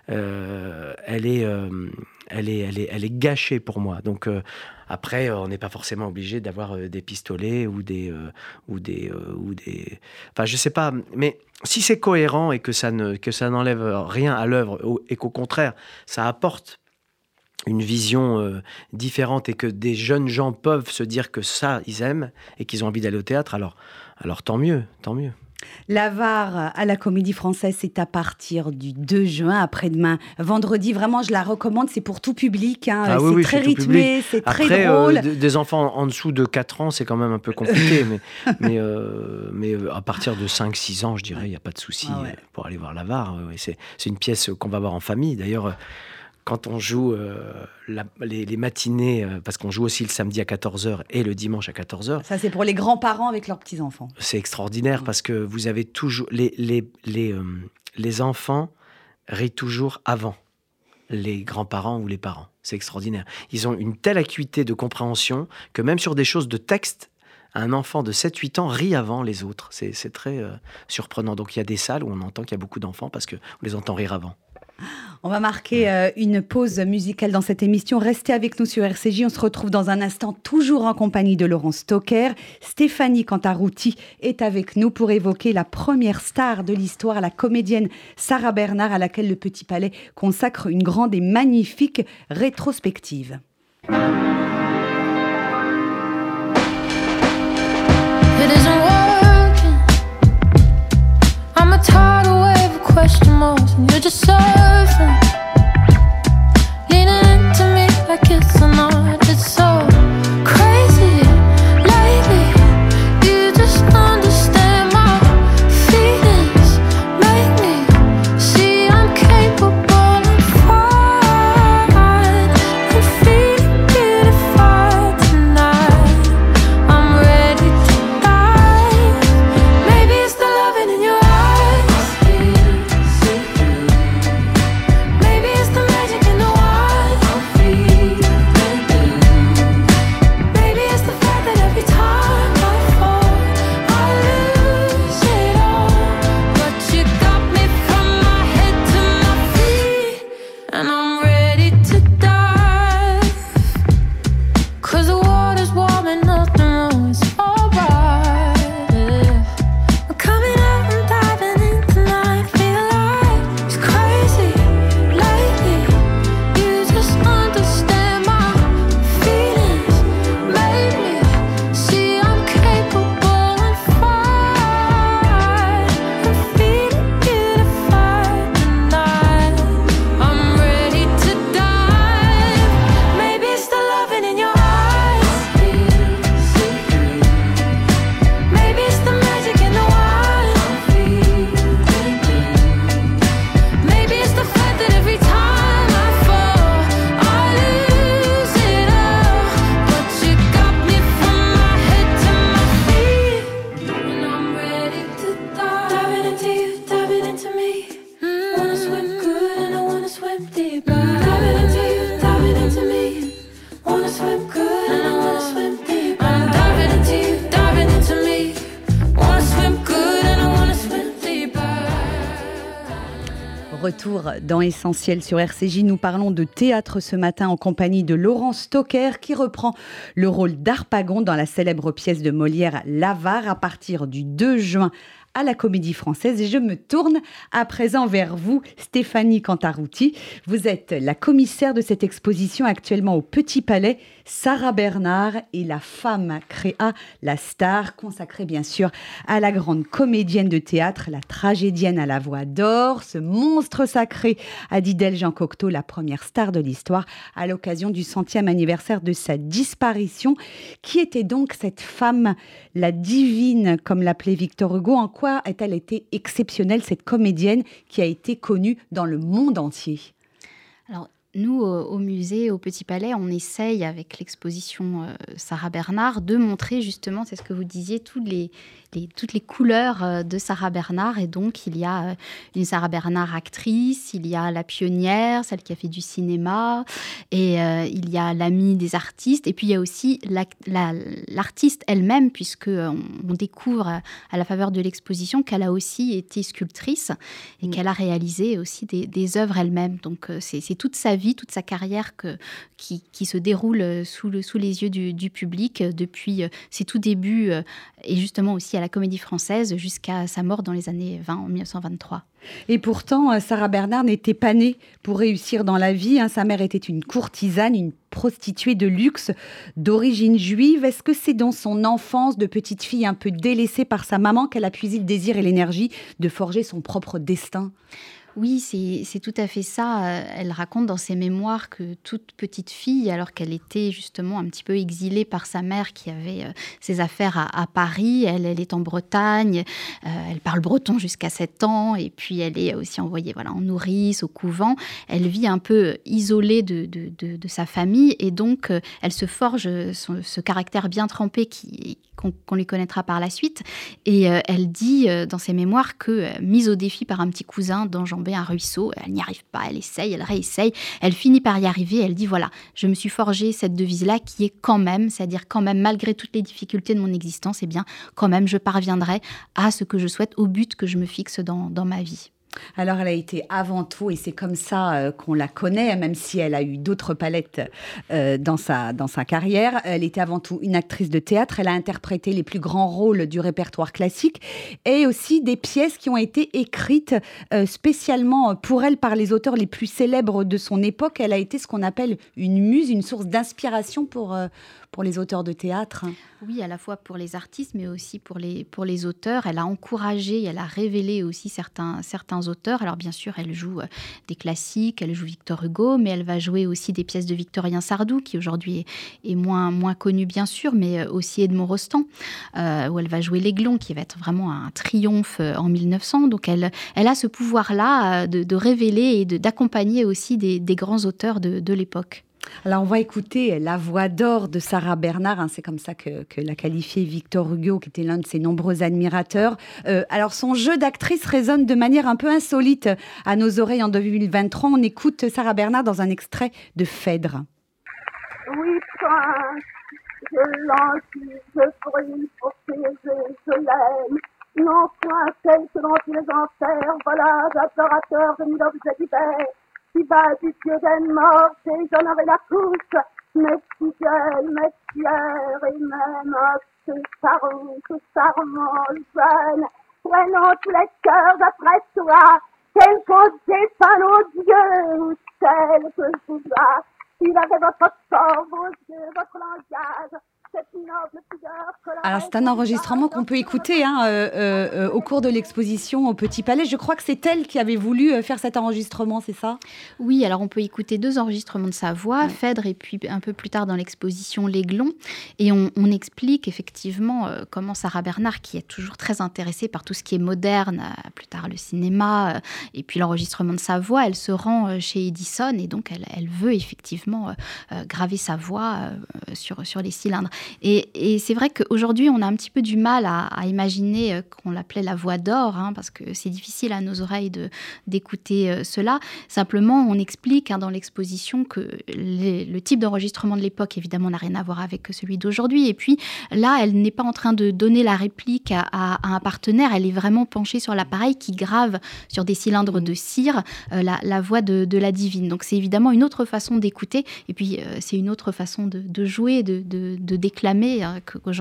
C: euh, elle, est, euh, elle, est, elle, est, elle est gâchée pour moi. Donc euh, après, euh, on n'est pas forcément obligé d'avoir euh, des pistolets ou des, euh, ou des, euh, ou des... Enfin, je sais pas, mais si c'est cohérent et que ça, ne, que ça n'enlève rien à l'œuvre et qu'au contraire, ça apporte une vision euh, différente et que des jeunes gens peuvent se dire que ça, ils aiment et qu'ils ont envie d'aller au théâtre, alors, alors tant mieux, tant mieux.
B: L'Avare à la Comédie Française, c'est à partir du deux juin, après-demain. Vendredi, vraiment, je la recommande, c'est pour tout public. Hein.
C: Ah
B: c'est
C: oui, oui,
B: très
C: c'est
B: rythmé, c'est
C: Après,
B: très drôle.
C: Euh, des enfants en dessous de quatre ans, c'est quand même un peu compliqué. mais mais, euh, mais à partir de cinq six ans, je dirais, il n'y a pas de souci ah ouais. pour aller voir l'Avare. Ouais, c'est, c'est une pièce qu'on va voir en famille. D'ailleurs, quand on joue euh, la, les, les matinées, euh, parce qu'on joue aussi le samedi à quatorze heures et le dimanche à quatorze heures.
B: Ça, c'est pour les grands-parents avec leurs petits-enfants.
C: C'est extraordinaire mmh. parce que vous avez toujours... Les, les, les, euh, les enfants rient toujours avant les grands-parents ou les parents. C'est extraordinaire. Ils ont une telle acuité de compréhension que même sur des choses de texte, un enfant de sept huit ans rit avant les autres. C'est, c'est très euh, surprenant. Donc il y a des salles où on entend qu'il y a beaucoup d'enfants parce qu'on les entend rire avant.
B: On va marquer euh, une pause musicale dans cette émission. Restez avec nous sur R C J. On se retrouve dans un instant, toujours en compagnie de Laurent Stocker. Stéphanie Cantaroutti est avec nous pour évoquer la première star de l'histoire, la comédienne Sarah Bernard, à laquelle le Petit Palais consacre une grande et magnifique rétrospective.
H: It isn't working. I'm a tidal wave of question marks, and you're just surfing, leaning into me like it's a knot. It's so crazy lately. You just understand my feelings, make me see I'm capable and fine, and feeling beautified tonight. I'm ready to dive. Maybe it's the loving in your eyes. Maybe it's the magic in the wild. Maybe it's the fact that every time I fall, I lose it all. But you got me from my head to my feet, and I'm ready to dive. Cause the water's warm and nothing wrong, it's alright. Yeah. I'm coming out and diving in tonight. Feel like it's crazy lately. You just understand my feelings, make me see I'm capable and fine, and feeling beautified tonight. I'm ready to dive. Maybe it's the loving in your eyes. Maybe it's the magic in the wild. Maybe it's the fact that every time I fall, I lose it all. But you got me from my head to my feet, and I'm ready to dive. Diving into you, diving into me. Wanna swim good and I wanna swim deeper. Diving into you, diving into me. Wanna swim good and I wanna swim deeper. I'm diving into you, diving into me. Wanna swim good and I wanna swim deeper.
B: Retour dans Essentiel sur R C J. Nous parlons de théâtre ce matin en compagnie de Laurent Stocker qui reprend le rôle d'Harpagon dans la célèbre pièce de Molière L'Avare à partir du deux juin à la Comédie Française. Et je me tourne à présent vers vous, Stéphanie Cantaroutti. Vous êtes la commissaire de cette exposition actuellement au Petit Palais. Sarah Bernard et la femme créa la star, consacrée bien sûr à la grande comédienne de théâtre, la tragédienne à la voix d'or, ce monstre sacré, a dit d'elle Jean Cocteau, la première star de l'histoire, à l'occasion du centième anniversaire de sa disparition. Qui était donc cette femme, la divine, comme l'appelait Victor Hugo? En quoi a-t-elle été exceptionnelle, cette comédienne qui a été connue dans le monde entier?
D: Alors, nous, au, au musée, au Petit Palais, on essaye, avec l'exposition euh, Sarah Bernard, de montrer justement, c'est ce que vous disiez, toutes les, les, toutes les couleurs euh, de Sarah Bernard. Et donc, il y a euh, une Sarah Bernard actrice, il y a la pionnière, celle qui a fait du cinéma, et euh, il y a l'amie des artistes, et puis il y a aussi la, la, l'artiste elle-même, puisque on, on découvre à, à la faveur de l'exposition qu'elle a aussi été sculptrice et mmh. qu'elle a réalisé aussi des, des œuvres elle-même. Donc, euh, c'est, c'est toute sa vie, toute sa carrière que, qui, qui se déroule sous, le, sous les yeux du, du public depuis ses tout débuts et justement aussi à la Comédie Française jusqu'à sa mort dans les années vingt, en dix-neuf cent vingt-trois.
B: Et pourtant, Sarah Bernard n'était pas née pour réussir dans la vie. Hein. Sa mère était une courtisane, une prostituée de luxe d'origine juive. Est-ce que c'est dans son enfance de petite fille un peu délaissée par sa maman qu'elle a puisé le désir et l'énergie de forger son propre destin ?
D: Oui, c'est, c'est tout à fait ça. Elle raconte dans ses mémoires que toute petite fille, alors qu'elle était justement un petit peu exilée par sa mère qui avait euh, ses affaires à, à Paris, elle, elle est en Bretagne, euh, elle parle breton jusqu'à sept ans, et puis elle est aussi envoyée voilà, en nourrice, au couvent. Elle vit un peu isolée de, de, de, de sa famille, et donc euh, elle se forge son, ce caractère bien trempé qui, qu'on, qu'on lui connaîtra par la suite. Et euh, elle dit euh, dans ses mémoires que, euh, mise au défi par un petit cousin d'enjamber un ruisseau, elle n'y arrive pas, elle essaye, elle réessaye, elle finit par y arriver, elle dit voilà, je me suis forgé cette devise-là qui est quand même, c'est-à-dire quand même, malgré toutes les difficultés de mon existence, eh bien, quand même, je parviendrai à ce que je souhaite, au but que je me fixe dans, dans ma vie.
B: Alors, elle a été avant tout, et c'est comme ça euh, qu'on la connaît, même si elle a eu d'autres palettes euh, dans, sa, dans sa carrière. Elle était avant tout une actrice de théâtre. Elle a interprété les plus grands rôles du répertoire classique et aussi des pièces qui ont été écrites euh, spécialement pour elle par les auteurs les plus célèbres de son époque. Elle a été ce qu'on appelle une muse, une source d'inspiration pour, euh, pour les auteurs de théâtre.
D: Oui, à la fois pour les artistes, mais aussi pour les, pour les auteurs. Elle a encouragé, elle a révélé aussi certains, certains auteurs. Alors bien sûr, elle joue des classiques, elle joue Victor Hugo, mais elle va jouer aussi des pièces de Victorien Sardou, qui aujourd'hui est, est moins, moins connu bien sûr, mais aussi Edmond Rostand, euh, où elle va jouer l'Aiglon, qui va être vraiment un triomphe en mille neuf cents. Donc elle, elle a ce pouvoir-là de, de révéler et de, d'accompagner aussi des, des grands auteurs de, de l'époque.
B: Alors, on va écouter la voix d'or de Sarah Bernard, hein, c'est comme ça que, que l'a qualifiée Victor Hugo, qui était l'un de ses nombreux admirateurs. Euh, alors, son jeu d'actrice résonne de manière un peu insolite à nos oreilles en deux mille vingt-trois. On écoute Sarah Bernard dans un extrait de Phèdre.
I: Oui, prince, je l'envie, je brûle pour t'aider, je l'aime. Non, point tel que dans tous les enfers, voilà, adorateur de mille objets divers. Qui va du Dieu des morts, j'en avais la couche, mes fidèles, mes fiers, et même ce farouche, charmant jeune, prenons tous les cœurs après toi, quel qu'on défend nos dieux, ou tel que je vous vois, il avait votre corps, vos yeux, votre langage.
B: Alors, c'est un enregistrement qu'on peut écouter hein, euh, euh, au cours de l'exposition au Petit Palais. Je crois que c'est elle qui avait voulu faire cet enregistrement, c'est ça ?
D: Oui, alors on peut écouter deux enregistrements de sa voix, ouais. Phèdre et puis un peu plus tard dans l'exposition L'Aiglon. Et on, on explique effectivement euh, comment Sarah Bernard, qui est toujours très intéressée par tout ce qui est moderne, euh, plus tard le cinéma, euh, et puis l'enregistrement de sa voix, elle se rend euh, chez Edison et donc elle, elle veut effectivement euh, euh, graver sa voix euh, sur, sur les cylindres. Et, et c'est vrai qu'aujourd'hui, on a un petit peu du mal à, à imaginer euh, qu'on l'appelait la voix d'or, hein, parce que c'est difficile à nos oreilles de, d'écouter euh, cela. Simplement, on explique hein, dans l'exposition que les, le type d'enregistrement de l'époque, évidemment, n'a rien à voir avec celui d'aujourd'hui. Et puis là, elle n'est pas en train de donner la réplique à, à, à un partenaire. Elle est vraiment penchée sur l'appareil qui grave sur des cylindres de cire euh, la, la voix de, de la divine. Donc, c'est évidemment une autre façon d'écouter. Et puis, euh, c'est une autre façon de, de jouer, de, de, de déclamer, hein, qu'aujourd'hui, euh,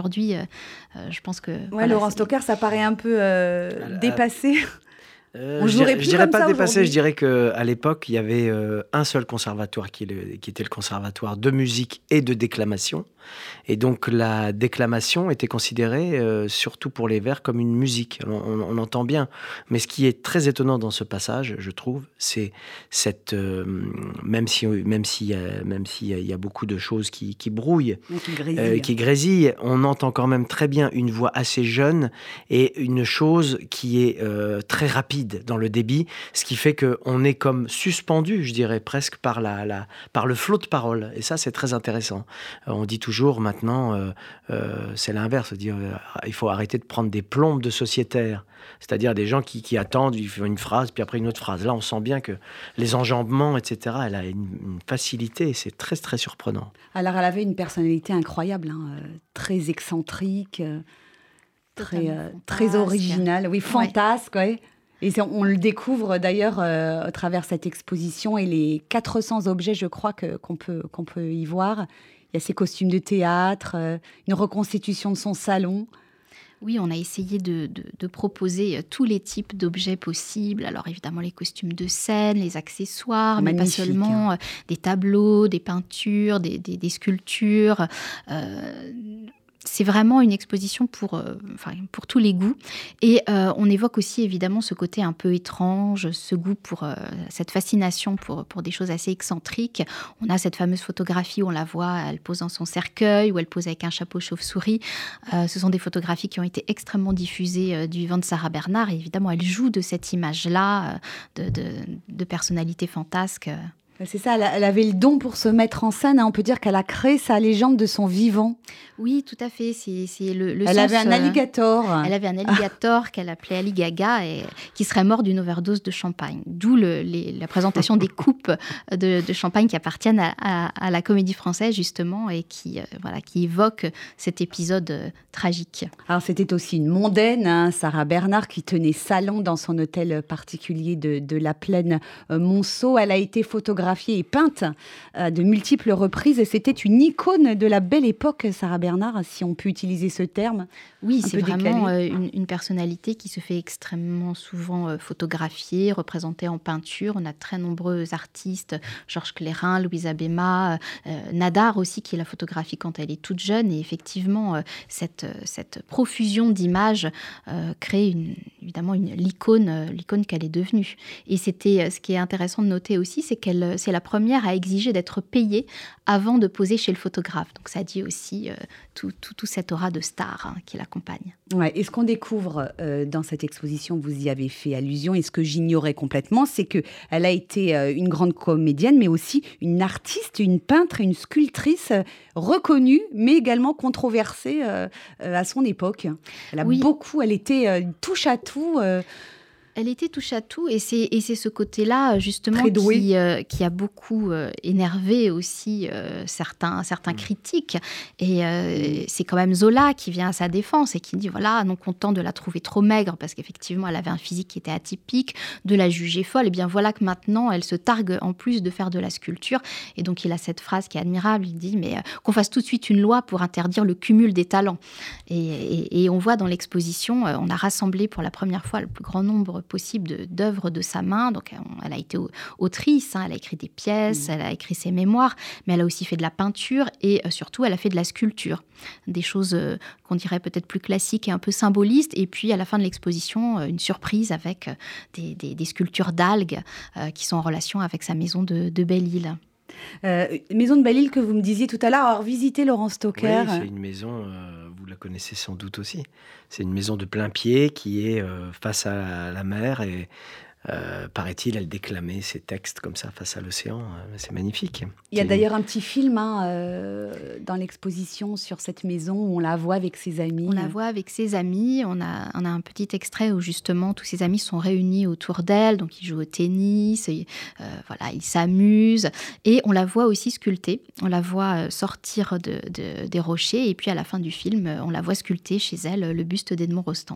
D: Euh, je pense que...
B: Ouais,
D: voilà,
B: Laurent
D: c'est-
B: Stocker, ça paraît un peu euh,
C: Euh,
B: dépassé.
C: Euh,
B: On
C: je
B: jouerait
C: dirais-
B: plus
C: je dirais
B: comme
C: pas
B: ça
C: dépassé,
B: aujourd'hui.
C: je dirais qu'à l'époque, il y avait euh, un seul conservatoire qui, est le- qui était le conservatoire de musique et de déclamation. Et donc la déclamation était considérée, euh, surtout pour les vers, comme une musique. On, on- on entend bien. Mais ce qui est très étonnant dans ce passage, je trouve, c'est cette... euh, même si, même s'il y a, même s'il y a- il y a beaucoup de choses qui, qui brouillent,
B: Ouais, qui grésille.
C: euh, qui grésille, on entend quand même très bien une voix assez jeune et une chose qui est euh, très rapide dans le débit, ce qui fait qu'on est comme suspendu, je dirais, presque par, la, la, par le flot de paroles. Et ça, c'est très intéressant. Euh, on dit toujours maintenant, euh, euh, c'est l'inverse, dire euh, il faut arrêter de prendre des plombes de sociétaires, c'est-à-dire des gens qui, qui attendent, ils font une phrase, puis après une autre phrase. Là, on sent bien que les enjambements, et cetera, elle a une, une facilité et c'est très, très surprenant.
B: Alors, elle avait une personnalité incroyable, hein, euh, très excentrique, euh, très,
D: Totalement
B: euh, très
D: fantasque.
B: originale, oui, fantasque, ouais. Et c'est- on le découvre d'ailleurs euh, à travers cette exposition et les quatre cents objets, je crois, que, qu'on peut, qu'on peut y voir. Il y a ses costumes de théâtre, euh, une reconstitution de son salon.
D: Oui, on a essayé de, de- de proposer euh, tous les types d'objets possibles. Alors évidemment, les costumes de scène, les accessoires, mais pas
B: Magnifique,
D: seulement euh, des tableaux, des peintures, des, des- des sculptures. Euh, c'est vraiment une exposition pour, euh, enfin, pour tous les goûts. Et euh, on évoque aussi évidemment ce côté un peu étrange, ce goût pour euh, cette fascination pour, pour des choses assez excentriques. On a cette fameuse photographie où on la voit, elle pose dans son cercueil, où elle pose avec un chapeau chauve-souris. Euh, ce sont des photographies qui ont été extrêmement diffusées euh, du vivant de Sarah Bernard. Et évidemment, elle joue de cette image-là, euh, de, de, de personnalité fantasque.
B: C'est ça, elle, a- elle avait le don pour se mettre en scène, hein. On peut dire qu'elle a créé sa légende de son vivant.
D: Oui, tout à fait. C'est, c'est le, le
B: Elle
D: sens,
B: avait un
D: euh,
B: alligator.
D: Elle avait un alligator qu'elle appelait Ali Gaga et qui serait mort d'une overdose de champagne. D'où le- les- la présentation des coupes de, de champagne qui appartiennent à, à- à la Comédie Française justement et qui, euh, voilà, qui évoquent cet épisode euh, tragique.
B: Alors c'était aussi une mondaine, hein, Sarah Bernard, qui tenait salon dans son hôtel particulier de, de la Plaine euh, Monceau. Elle a été photographiée et peinte à de multiples reprises et c'était une icône de la belle époque, Sarah Bernard, si on peut utiliser ce terme.
D: Oui,
B: Un
D: c'est
B: peu
D: vraiment
B: décalé.
D: euh, une, une personnalité qui se fait extrêmement souvent euh, photographier, représentée en peinture. On a très nombreux artistes, Georges Clérin, Louise Abéma, euh, Nadar aussi, qui la photographie quand elle est toute jeune. Et effectivement, euh, cette, euh, cette profusion d'images euh, crée une, évidemment une, l'icône, euh, l'icône qu'elle est devenue. Et c'était, euh, ce qui est intéressant de noter aussi, c'est qu'elle, euh, c'est la première à exiger d'être payée avant de poser chez le photographe. Donc ça dit aussi euh, tout, tout, tout cet aura de star hein, qui l'accompagne.
B: Ouais, et ce qu'on découvre euh, dans cette exposition, vous y avez fait allusion, et ce que j'ignorais complètement, c'est qu'elle a été euh, une grande comédienne, mais aussi une artiste, une peintre, une sculptrice euh, reconnue, mais également controversée euh, euh, à son époque. Elle a
D: Oui.
B: beaucoup, elle était euh, touche à tout. euh,
D: Elle était touche à tout et c'est, et c'est ce côté-là justement
B: Très douée.
D: qui, euh, qui a beaucoup euh, énervé aussi euh, certains, certains
C: Mmh.
D: critiques. Et euh, c'est quand même Zola qui vient à sa défense et qui dit voilà, non content de la trouver trop maigre parce qu'effectivement elle avait un physique qui était atypique, de la juger folle. Et bien voilà que maintenant elle se targue en plus de faire de la sculpture. Et donc il a cette phrase qui est admirable, il dit mais euh, qu'on fasse tout de suite une loi pour interdire le cumul des talents. Et, et- et on voit dans l'exposition, euh, on a rassemblé pour la première fois le plus grand nombre possible de, d'œuvres de sa main. Donc, on- elle a été au- autrice, hein, elle a écrit des pièces,
B: Mmh.
D: elle a écrit ses mémoires, mais elle a aussi fait de la peinture et euh, surtout, elle a fait de la sculpture. Des choses euh, qu'on dirait peut-être plus classiques et un peu symbolistes. Et puis, à la fin de l'exposition, euh, une surprise avec euh, des, des- des sculptures d'algues euh, qui sont en relation avec sa maison de, de Belle-Île.
B: euh, Maison de Belle-Île que vous me disiez tout à l'heure, avoir visité Laurent
C: Oui,
B: Stocker.
C: c'est une maison, euh, vous la connaissez sans doute aussi. C'est une maison de plein pied qui est euh, face à la mer et euh, paraît-il, elle déclamait ses textes comme ça face à l'océan. Euh, C'est magnifique.
B: Il y a
C: C'est-
B: d'ailleurs un petit film hein, euh, dans l'exposition sur cette maison où on la voit avec ses amis.
D: On la voit avec ses amis. On a, on a un petit extrait où justement tous ses amis sont réunis autour d'elle. Donc ils jouent au tennis, et, euh, voilà, ils s'amusent. Et on la voit aussi sculpter. On la voit euh, sortir de, de- des rochers. Et puis à la fin du film, euh, on la voit sculpter chez elle le buste d'Edmond Rostand.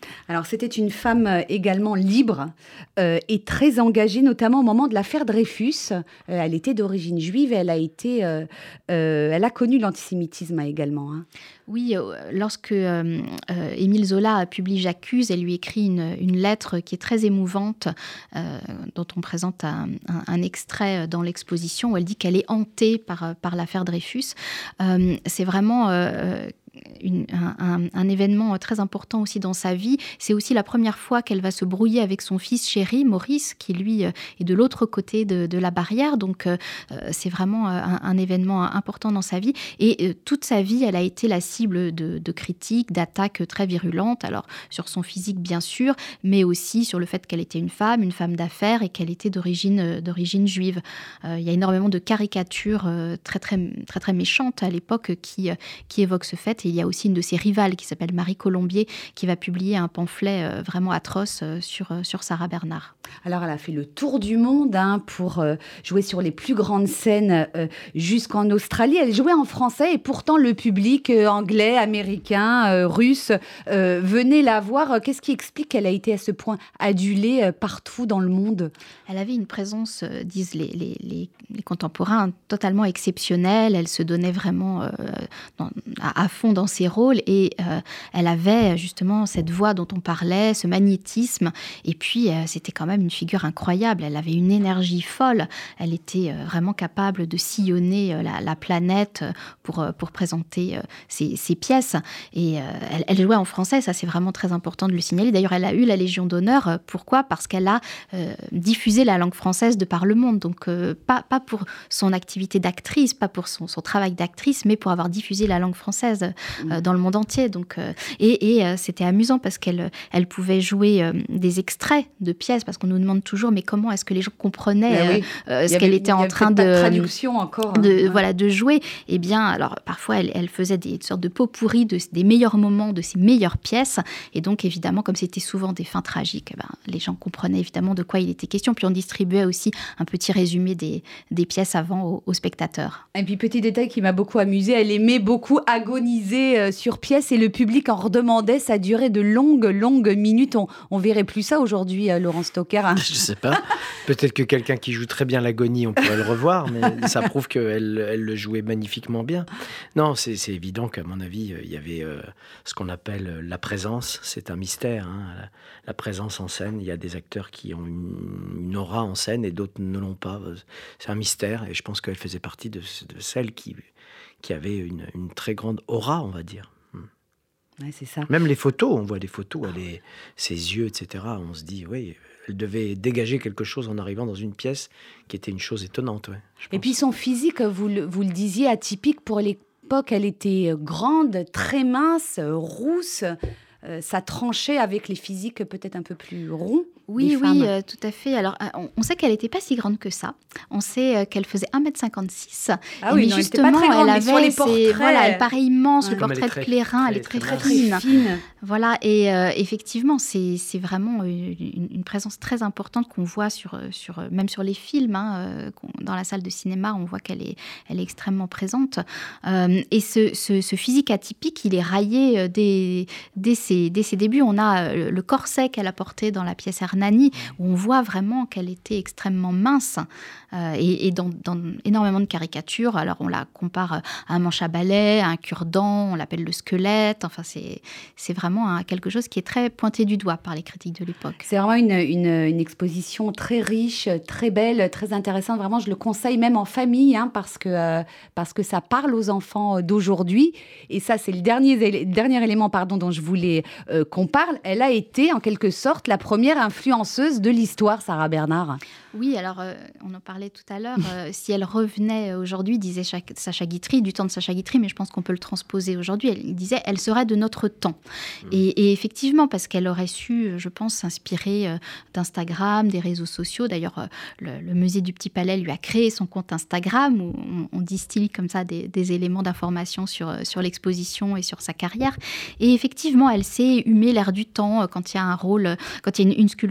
B: Alors, c'était une femme euh, également libre euh, et très engagée, notamment au moment de l'affaire Dreyfus. Euh, elle était d'origine juive et elle a, été, euh, euh, elle a connu l'antisémitisme également. Hein.
D: Oui, euh, lorsque euh, euh, Émile Zola publie J'accuse, elle lui écrit une, une lettre qui est très émouvante, euh, dont on présente un, un, un extrait dans l'exposition, où elle dit qu'elle est hantée par, par l'affaire Dreyfus. Euh, c'est vraiment... Euh, Une, un, un événement très important aussi dans sa vie. C'est aussi la première fois qu'elle va se brouiller avec son fils chéri, Maurice, qui lui est de l'autre côté de, de la barrière. Donc euh, c'est vraiment un, un événement important dans sa vie. Et euh, toute sa vie, elle a été la cible de, de critiques, d'attaques très virulentes. Alors sur son physique, bien sûr, mais aussi sur le fait qu'elle était une femme, une femme d'affaires et qu'elle était d'origine, d'origine juive. Euh, il y a énormément de caricatures euh, très, très, très, très méchantes à l'époque qui, qui évoquent ce fait. Et il y a aussi une de ses rivales qui s'appelle Marie Colombier qui va publier un pamphlet euh, vraiment atroce euh, sur, euh, sur Sarah Bernhardt.
B: Alors, elle a fait le tour du monde hein, pour euh, jouer sur les plus grandes scènes euh, jusqu'en Australie. Elle jouait en français et pourtant le public euh, anglais, américain, euh, russe euh, venait la voir. Qu'est-ce qui explique qu'elle a été à ce point adulée euh, partout dans le monde ?
D: Elle avait une présence, euh, disent les, les, les, les contemporains, totalement exceptionnelle. Elle se donnait vraiment euh, dans, à, à fond dans ses rôles et euh, elle avait justement cette voix dont on parlait, ce magnétisme. Et puis, euh, c'était quand même une figure incroyable. Elle avait une énergie folle. Elle était euh, vraiment capable de sillonner euh, la, la planète pour, euh, pour présenter euh, ses, ses pièces. Et euh, elle, elle jouait en français, ça c'est vraiment très important de le signaler. D'ailleurs, elle a eu la Légion d'honneur. Pourquoi ? Parce qu'elle a euh, diffusé la langue française de par le monde. Donc, euh, pas, pas pour son activité d'actrice, pas pour son, son travail d'actrice, mais pour avoir diffusé la langue française euh, dans le monde entier. Donc, euh, et et euh, c'était amusant parce qu'elle elle pouvait jouer euh, des extraits de pièces, parce qu'on nous demande toujours, mais comment est-ce que les gens comprenaient euh, oui. euh, ce qu'elle était en train de...
B: traduction encore.
D: De,
B: hein.
D: voilà, de jouer. Eh bien, alors, parfois, elle, elle faisait des sortes de pots pourris de, des meilleurs moments, de ses meilleures pièces. Et donc, évidemment, comme c'était souvent des fins tragiques, eh ben, les gens comprenaient évidemment de quoi il était question. Puis on distribuait aussi un petit résumé des, des pièces avant aux, aux spectateurs.
B: Et puis, petit détail qui m'a beaucoup amusé, elle aimait beaucoup agoniser euh, sur pièce et le public en redemandait. Ça durait de longues, longues minutes. On, on verrait plus ça aujourd'hui, euh, Laurent Stocker. Hein.
C: Je sais pas. Peut-être que quelqu'un qui joue très bien l'agonie, on pourrait le revoir, mais ça prouve qu'elle elle le jouait magnifiquement bien. Non, c'est, c'est évident qu'à mon avis, il y avait euh, ce qu'on appelle la présence. C'est un mystère, hein, la, la présence en scène. Il y a des acteurs qui ont une, une aura en scène et d'autres ne l'ont pas. C'est un mystère et je pense qu'elle faisait partie de, de celles qui, qui avaient une, une très grande aura, on va dire.
B: Ouais, c'est ça.
C: Même les photos, on voit des photos, elle est, ses yeux, et cetera. On se dit, oui, elle devait dégager quelque chose en arrivant dans une pièce qui était une chose étonnante. Ouais,
B: et puis son physique, vous le, vous le disiez, atypique pour l'époque. Elle était grande, très mince, rousse. Euh, ça tranchait avec les physiques peut-être un peu plus ronds.
D: Oui, oui, euh, tout à fait. Alors, on, on sait qu'elle n'était pas si grande que ça. On sait euh, qu'elle faisait un mètre cinquante-six.
B: Ah oui,
D: mais
B: non,
D: justement,
B: elle, pas très grande,
D: elle avait
B: sur les portraits...
D: ses, voilà, elle paraît immense.
B: Ouais.
D: Le
C: Comme
D: portrait
C: très,
D: de Plérin,
C: très,
D: elle est très, très,
B: très,
D: fine.
B: très fine.
D: Voilà, et euh, effectivement, c'est, c'est vraiment une, une présence très importante qu'on voit sur, sur, même sur les films. Hein, dans la salle de cinéma, on voit qu'elle est, elle est extrêmement présente. Euh, et ce, ce, ce physique atypique, il est raillé dès, dès, ses, dès ses débuts. On a le corset qu'elle a porté dans la pièce Hernani, où on voit vraiment qu'elle était extrêmement mince euh, et, et dans, dans énormément de caricatures. Alors, on la compare à un manche à balai, à un cure-dent, on l'appelle le squelette. Enfin, c'est, c'est vraiment un, quelque chose qui est très pointé du doigt par les critiques de l'époque.
B: C'est vraiment une, une, une exposition très riche, très belle, très intéressante. Vraiment, je le conseille même en famille, hein, parce que, euh, parce que ça parle aux enfants d'aujourd'hui. Et ça, c'est le dernier, dernier élément pardon, dont je voulais euh, qu'on parle. Elle a été, en quelque sorte, la première influenceuse de l'histoire, Sarah Bernhardt.
D: Oui, alors, euh, on en parlait tout à l'heure. Euh, si elle revenait aujourd'hui, disait Sacha Guitry, du temps de Sacha Guitry, mais je pense qu'on peut le transposer aujourd'hui, elle disait « elle serait de notre temps mmh. ». Et, et effectivement, parce qu'elle aurait su, je pense, s'inspirer euh, d'Instagram, des réseaux sociaux. D'ailleurs, euh, le, le musée du Petit Palais lui a créé son compte Instagram, où on, on distille comme ça des, des éléments d'information sur, sur l'exposition et sur sa carrière. Et effectivement, elle sait humer l'air du temps quand il y a un rôle, quand il y a une, une sculpture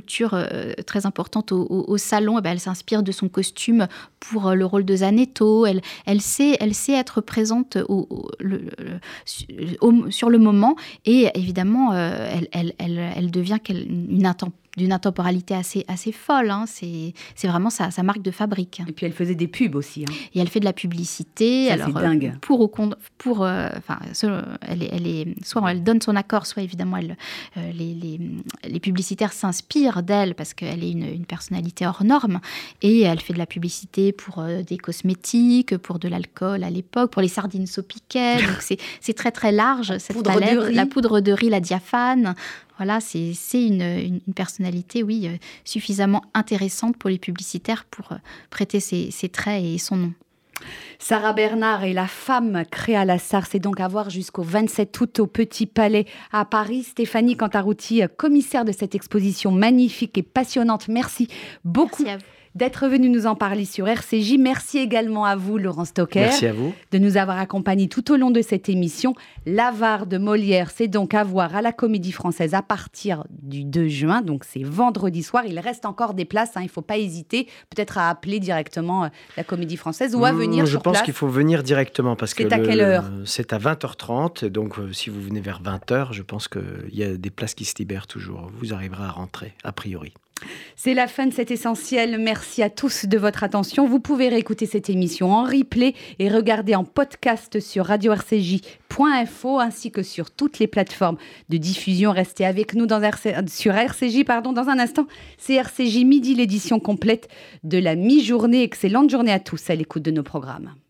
D: structure euh, très importante au, au, au salon. Eh bien, elle s'inspire de son costume pour euh, le rôle de Zanetto. Elle, elle, sait, elle sait être présente au, au, le, le, au, sur le moment. Et évidemment, euh, elle, elle, elle, elle devient une intemporalité. D'une intemporalité assez, assez folle. Hein. C'est, c'est vraiment sa, sa marque de fabrique.
B: Et puis elle faisait des pubs aussi. Hein.
D: Et elle fait de la publicité.
B: Ça,
D: alors,
B: c'est dingue.
D: Euh, pour, pour, euh, enfin, elle est, elle est, soit elle donne son accord, soit évidemment elle, euh, les, les, les publicitaires s'inspirent d'elle parce qu'elle est une, une personnalité hors norme. Et elle fait de la publicité pour euh, des cosmétiques, pour de l'alcool à l'époque, pour les sardines saupiquet. Donc c'est, c'est très très large
B: la
D: cette
B: poudre
D: palette.
B: de riz.
D: La poudre de riz, la diaphane. Voilà, c'est, c'est une, une, une personnalité, oui, euh, suffisamment intéressante pour les publicitaires pour euh, prêter ses, ses traits et son nom.
B: Sarah Bernard et la femme Créa Lassar, c'est donc à voir jusqu'au vingt-sept août au Petit Palais à Paris. Stéphanie Cantaroutti, commissaire de cette exposition magnifique et passionnante. Merci beaucoup.
D: Merci à vous.
B: D'être venu nous en parler sur R C J. Merci également à vous, Laurent Stocker.
C: Merci à vous.
B: De nous avoir accompagnés tout au long de cette émission. L'Avare de Molière, c'est donc à voir à la Comédie Française à partir du deux juin. Donc, c'est vendredi soir. Il reste encore des places. Hein, il ne faut pas hésiter peut-être à appeler directement euh, la Comédie Française ou à venir
C: Je
B: sur
C: pense
B: place.
C: qu'il faut venir directement parce
B: c'est
C: que
B: à
C: le,
B: quelle heure?
C: C'est à vingt heures trente. Donc, euh, si vous venez vers vingt heures, je pense qu'il y a des places qui se libèrent toujours. Vous arriverez à rentrer, a priori.
B: C'est la fin de cet essentiel. Merci à tous de votre attention. Vous pouvez réécouter cette émission en replay et regarder en podcast sur radio r c j point info ainsi que sur toutes les plateformes de diffusion. Restez avec nous dans R C, sur R C J pardon, dans un instant. C'est R C J Midi, l'édition complète de la mi-journée. Excellente journée à tous à l'écoute de nos programmes.